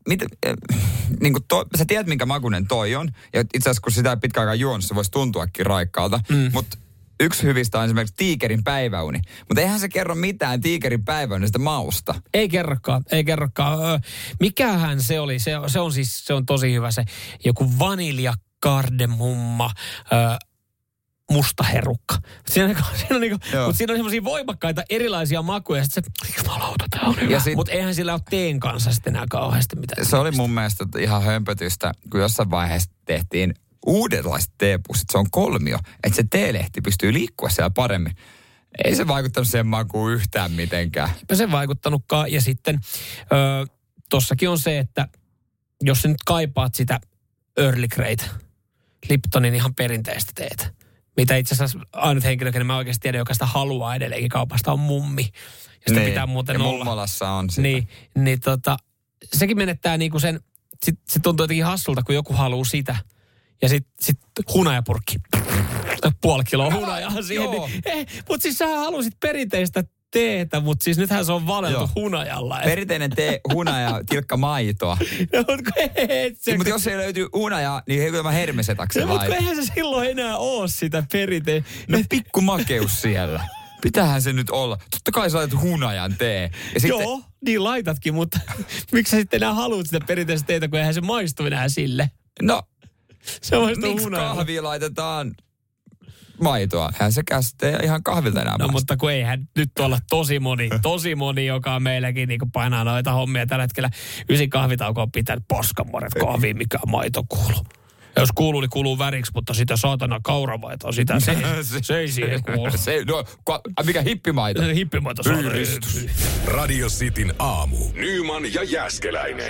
sä tiedät minkä makuinen toi on. Ja itse asiassa kun sitä ei pitkä aikaa juonut, se voisi tuntuakin raikkaalta. Mutta yksi hyvistä on esimerkiksi tiikerin päiväuni. Mutta eihän se kerro mitään tiikerin päiväunista mausta.
Ei kerrokaan. Mikähän se oli? Se on tosi hyvä se joku vanilja, kardemumma, musta herukka. Siinä on semmoisia voimakkaita erilaisia makuja. Sitten se, jumalauta, tää on hyvä. Mutta eihän sillä ole teen kanssa sitten enää kauheasti mitään.
Se oli mun mielestä ihan hömpötystä, kun jossain vaiheessa tehtiin uudenlaiset teepussit. Se on kolmio, että se teelehti pystyy liikkua siellä paremmin. Ei se vaikuttanut sen makuun yhtään mitenkään.
Eipä se vaikuttanutkaan. Ja sitten tossakin on se, että jos sä nyt kaipaat sitä Early Greytä, Liptonin ihan perinteistä teetä, mitä itse asiassa ainut henkilö, kenen mä oikeasti tiedän, joka sitä haluaa edelleenkin kaupasta, on mummi. Ja sitä pitää muuten olla.
Mummalassa on sitä.
Niin sekin menettää niinku sen, se tuntuu jotenkin hassulta, kun joku haluaa sitä. Ja sit hunajapurkki. Puoli kiloa hunajaa siihen. Mutta siis sä halusit perinteistä teetä, mutta siis nythän se on valeltu hunajalla.
Perinteinen tee, hunaja, tilkka maitoa. Mutta jos ei löytyy hunajaa, niin ei kyllä hermesetakseen
mutta eihän se silloin enää ole sitä perinteistä.
No pikku makeus siellä. Pitäähän se nyt olla. Totta kai sä laitat hunajan tee. Ja sitten...
Joo, niin laitatkin, mutta miksi sä sitten enää haluat sitä perinteistä teetä, kun eihän se maistu enää sille?
No,
se
miksi kahviin laitetaan maitoa? Eihän se käsitee ihan kahvilta enää
maistu. No mutta kun eihän nyt olla tosi moni, joka on meilläkin niin painaa noita hommia tällä hetkellä. 9 kahvitauko on pitänyt paskanmoret kahviin, mikä maito kuuluu. Ja jos kuuluu, niin kuuluu väriksi, mutta sitä saatana kauramaitoa, sitä se ei siihen kuulu.
Mikä hippimaito?
Hippimaito
Radio Cityn aamu. Nyman ja Jääskeläinen.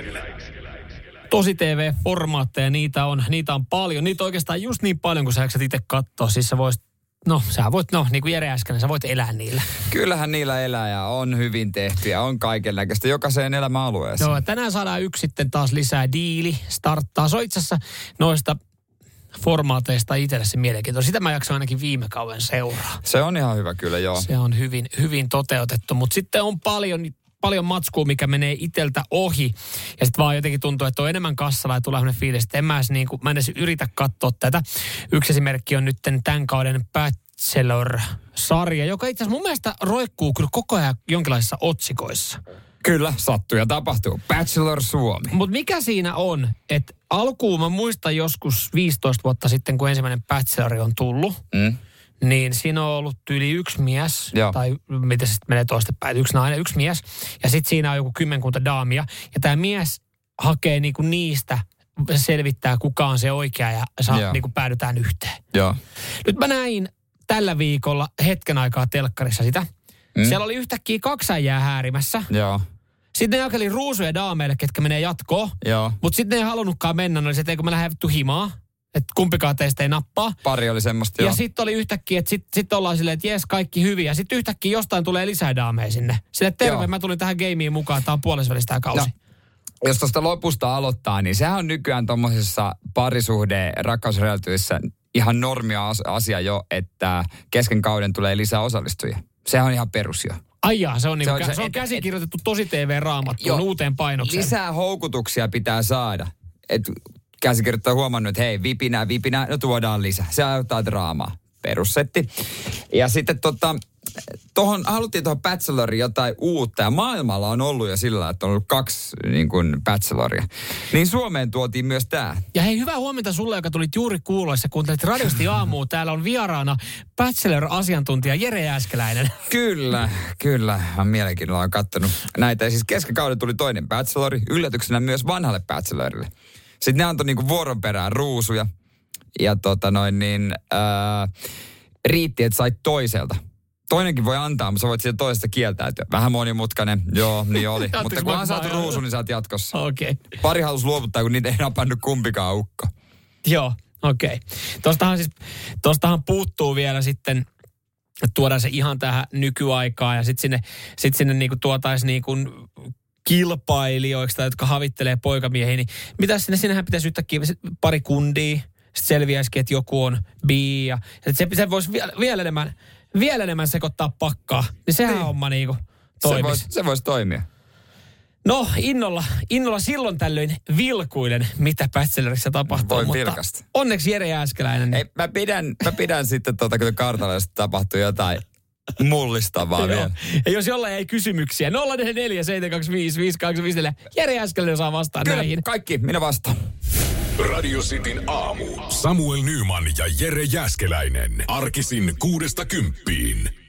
Tosi TV-formaatteja, niitä on paljon. Niitä oikeastaan just niin paljon, kun sä jaksat itse katsoa. Siis sä voit, niin kuin Jere äsken, sä voit elää niillä.
Kyllähän niillä elää ja on hyvin tehty ja on kaikenlaista jokaiseen elämäalueeseen.
Joo, tänään saadaan yksi sitten taas lisää diili. Starttaa. Se on itse asiassa noista formaateista itselle se mielenkiintoista. Sitä mä jaksan ainakin viime kauden seuraa.
Se on ihan hyvä kyllä, joo.
Se on hyvin toteutettu, mutta sitten on paljon matskua, mikä menee iteltä ohi. Ja sitten vaan jotenkin tuntuu, että on enemmän kassalla ja tulee sellainen fiilis, että mä en edes yritä katsoa tätä. Yksi esimerkki on nyt tämän kauden Bachelor-sarja, joka itse asiassa mun mielestä roikkuu kyllä koko ajan jonkinlaisissa otsikoissa.
Kyllä, sattuu ja tapahtuu. Bachelor Suomi.
Mutta mikä siinä on, että alkuun mä muistan joskus 15 vuotta sitten, kun ensimmäinen Bachelor on tullut, niin siinä on ollut yli yksi mies, tai miten se sitten menee toistepäin, yksi nainen, yksi mies, ja sitten siinä on joku 10 daamia, ja tämä mies hakee niinku niistä, selvittää kuka on se oikea, ja niinku päädytään yhteen.
Joo.
Nyt mä näin tällä viikolla hetken aikaa telkkarissa sitä. Siellä oli yhtäkkiä 2 äijää häärimässä.
Joo.
Sitten ne jakeli ruusuja daameille, ketkä menee jatkoon.
Joo.
Mutta sitten ne ei halunnutkaan mennä, no oli se, että eikö mä lähde vittu himaa. Että kumpikaan teistä ei nappaa.
Pari oli semmoista,
ja sitten oli yhtäkkiä, että sitten ollaan silleen, että jes, kaikki hyviä. Ja sitten yhtäkkiä jostain tulee lisää daameja sinne. Sille terve, mä tulin tähän gameen mukaan, tää on puolesvälissä tää kausi. No.
Jos tuosta lopusta aloittaa, niin sehän on nykyään tommosessa rakkausrealityissä ihan normia asia jo, että kesken kauden tulee lisää osallistujia. Sehän on ihan perus jo.
Ai jaa, se on käsikirjoitettu Tosi TV-raamattuun uuteen painokseen.
Lisää houkutuksia pitää saada. Käsikirjoittaja on huomannut, että hei, vipinä, no tuodaan lisää. Se aiheuttaa draamaa. Perussetti. Ja sitten haluttiin tuohon Bacheloriin jotain uutta, ja maailmalla on ollut jo sillä, että on ollut 2 niin kuin Bacheloria. Niin Suomeen tuotiin myös tää.
Ja hei, hyvää huomenta sulle, joka tulit juuri kuuloissa, kuuntelit Radiosti aamua. Täällä on vieraana Bachelor-asiantuntija Jere Jääskeläinen.
Kyllä. Mä mielenkiinnolla olen kattonut näitä. Ja siis keskikauden tuli toinen Bachelori, yllätyksenä myös vanhalle Bachelorille. Sitten ne antoi niinku vuoron perään ruusuja. Ja riitti, että sait toiselta. Toinenkin voi antaa, mutta sä voit siitä toisesta kieltäytyä. Vähän monimutkainen, joo, niin oli. Mutta kun on saatu ruusu, niin sä oot jatkossa.
Okei.
Pari halus luovuttaa, kun niitä ei napannut kumpikaan ukko.
Joo, okei. Tostahan puuttuu vielä sitten, tuodaan se ihan tähän nykyaikaan ja sitten sinne niinku tuotaisiin niinku kilpailijoiksi, jotka havittelee poikamiehiä, niin mitä sinnehän pitäisi yhtäkkiä pari kundia, sitten selviäisikin, että joku on bi ja se voisi vielä enemmän sekoittaa pakkaa, niin sehän homma niinku toimisi.
Se voisi toimia.
No, innolla silloin tällöin vilkuilen, mitä Bachelorissa tapahtuu.
Voi vilkasta.
Onneksi Jere Jääskeläinen.
Ei, mä pidän sitten kun kartalla tapahtuu jotain mullistavaa vielä.
Ja jos jollain ei kysymyksiä, 044 725 5254, Jere Jääskeläinen saa vastaan
kyllä,
näihin.
kaikki, minä vastaan.
Radio Cityn aamu. Samuel Nyman ja Jere Jääskeläinen. Arkisin 6–10.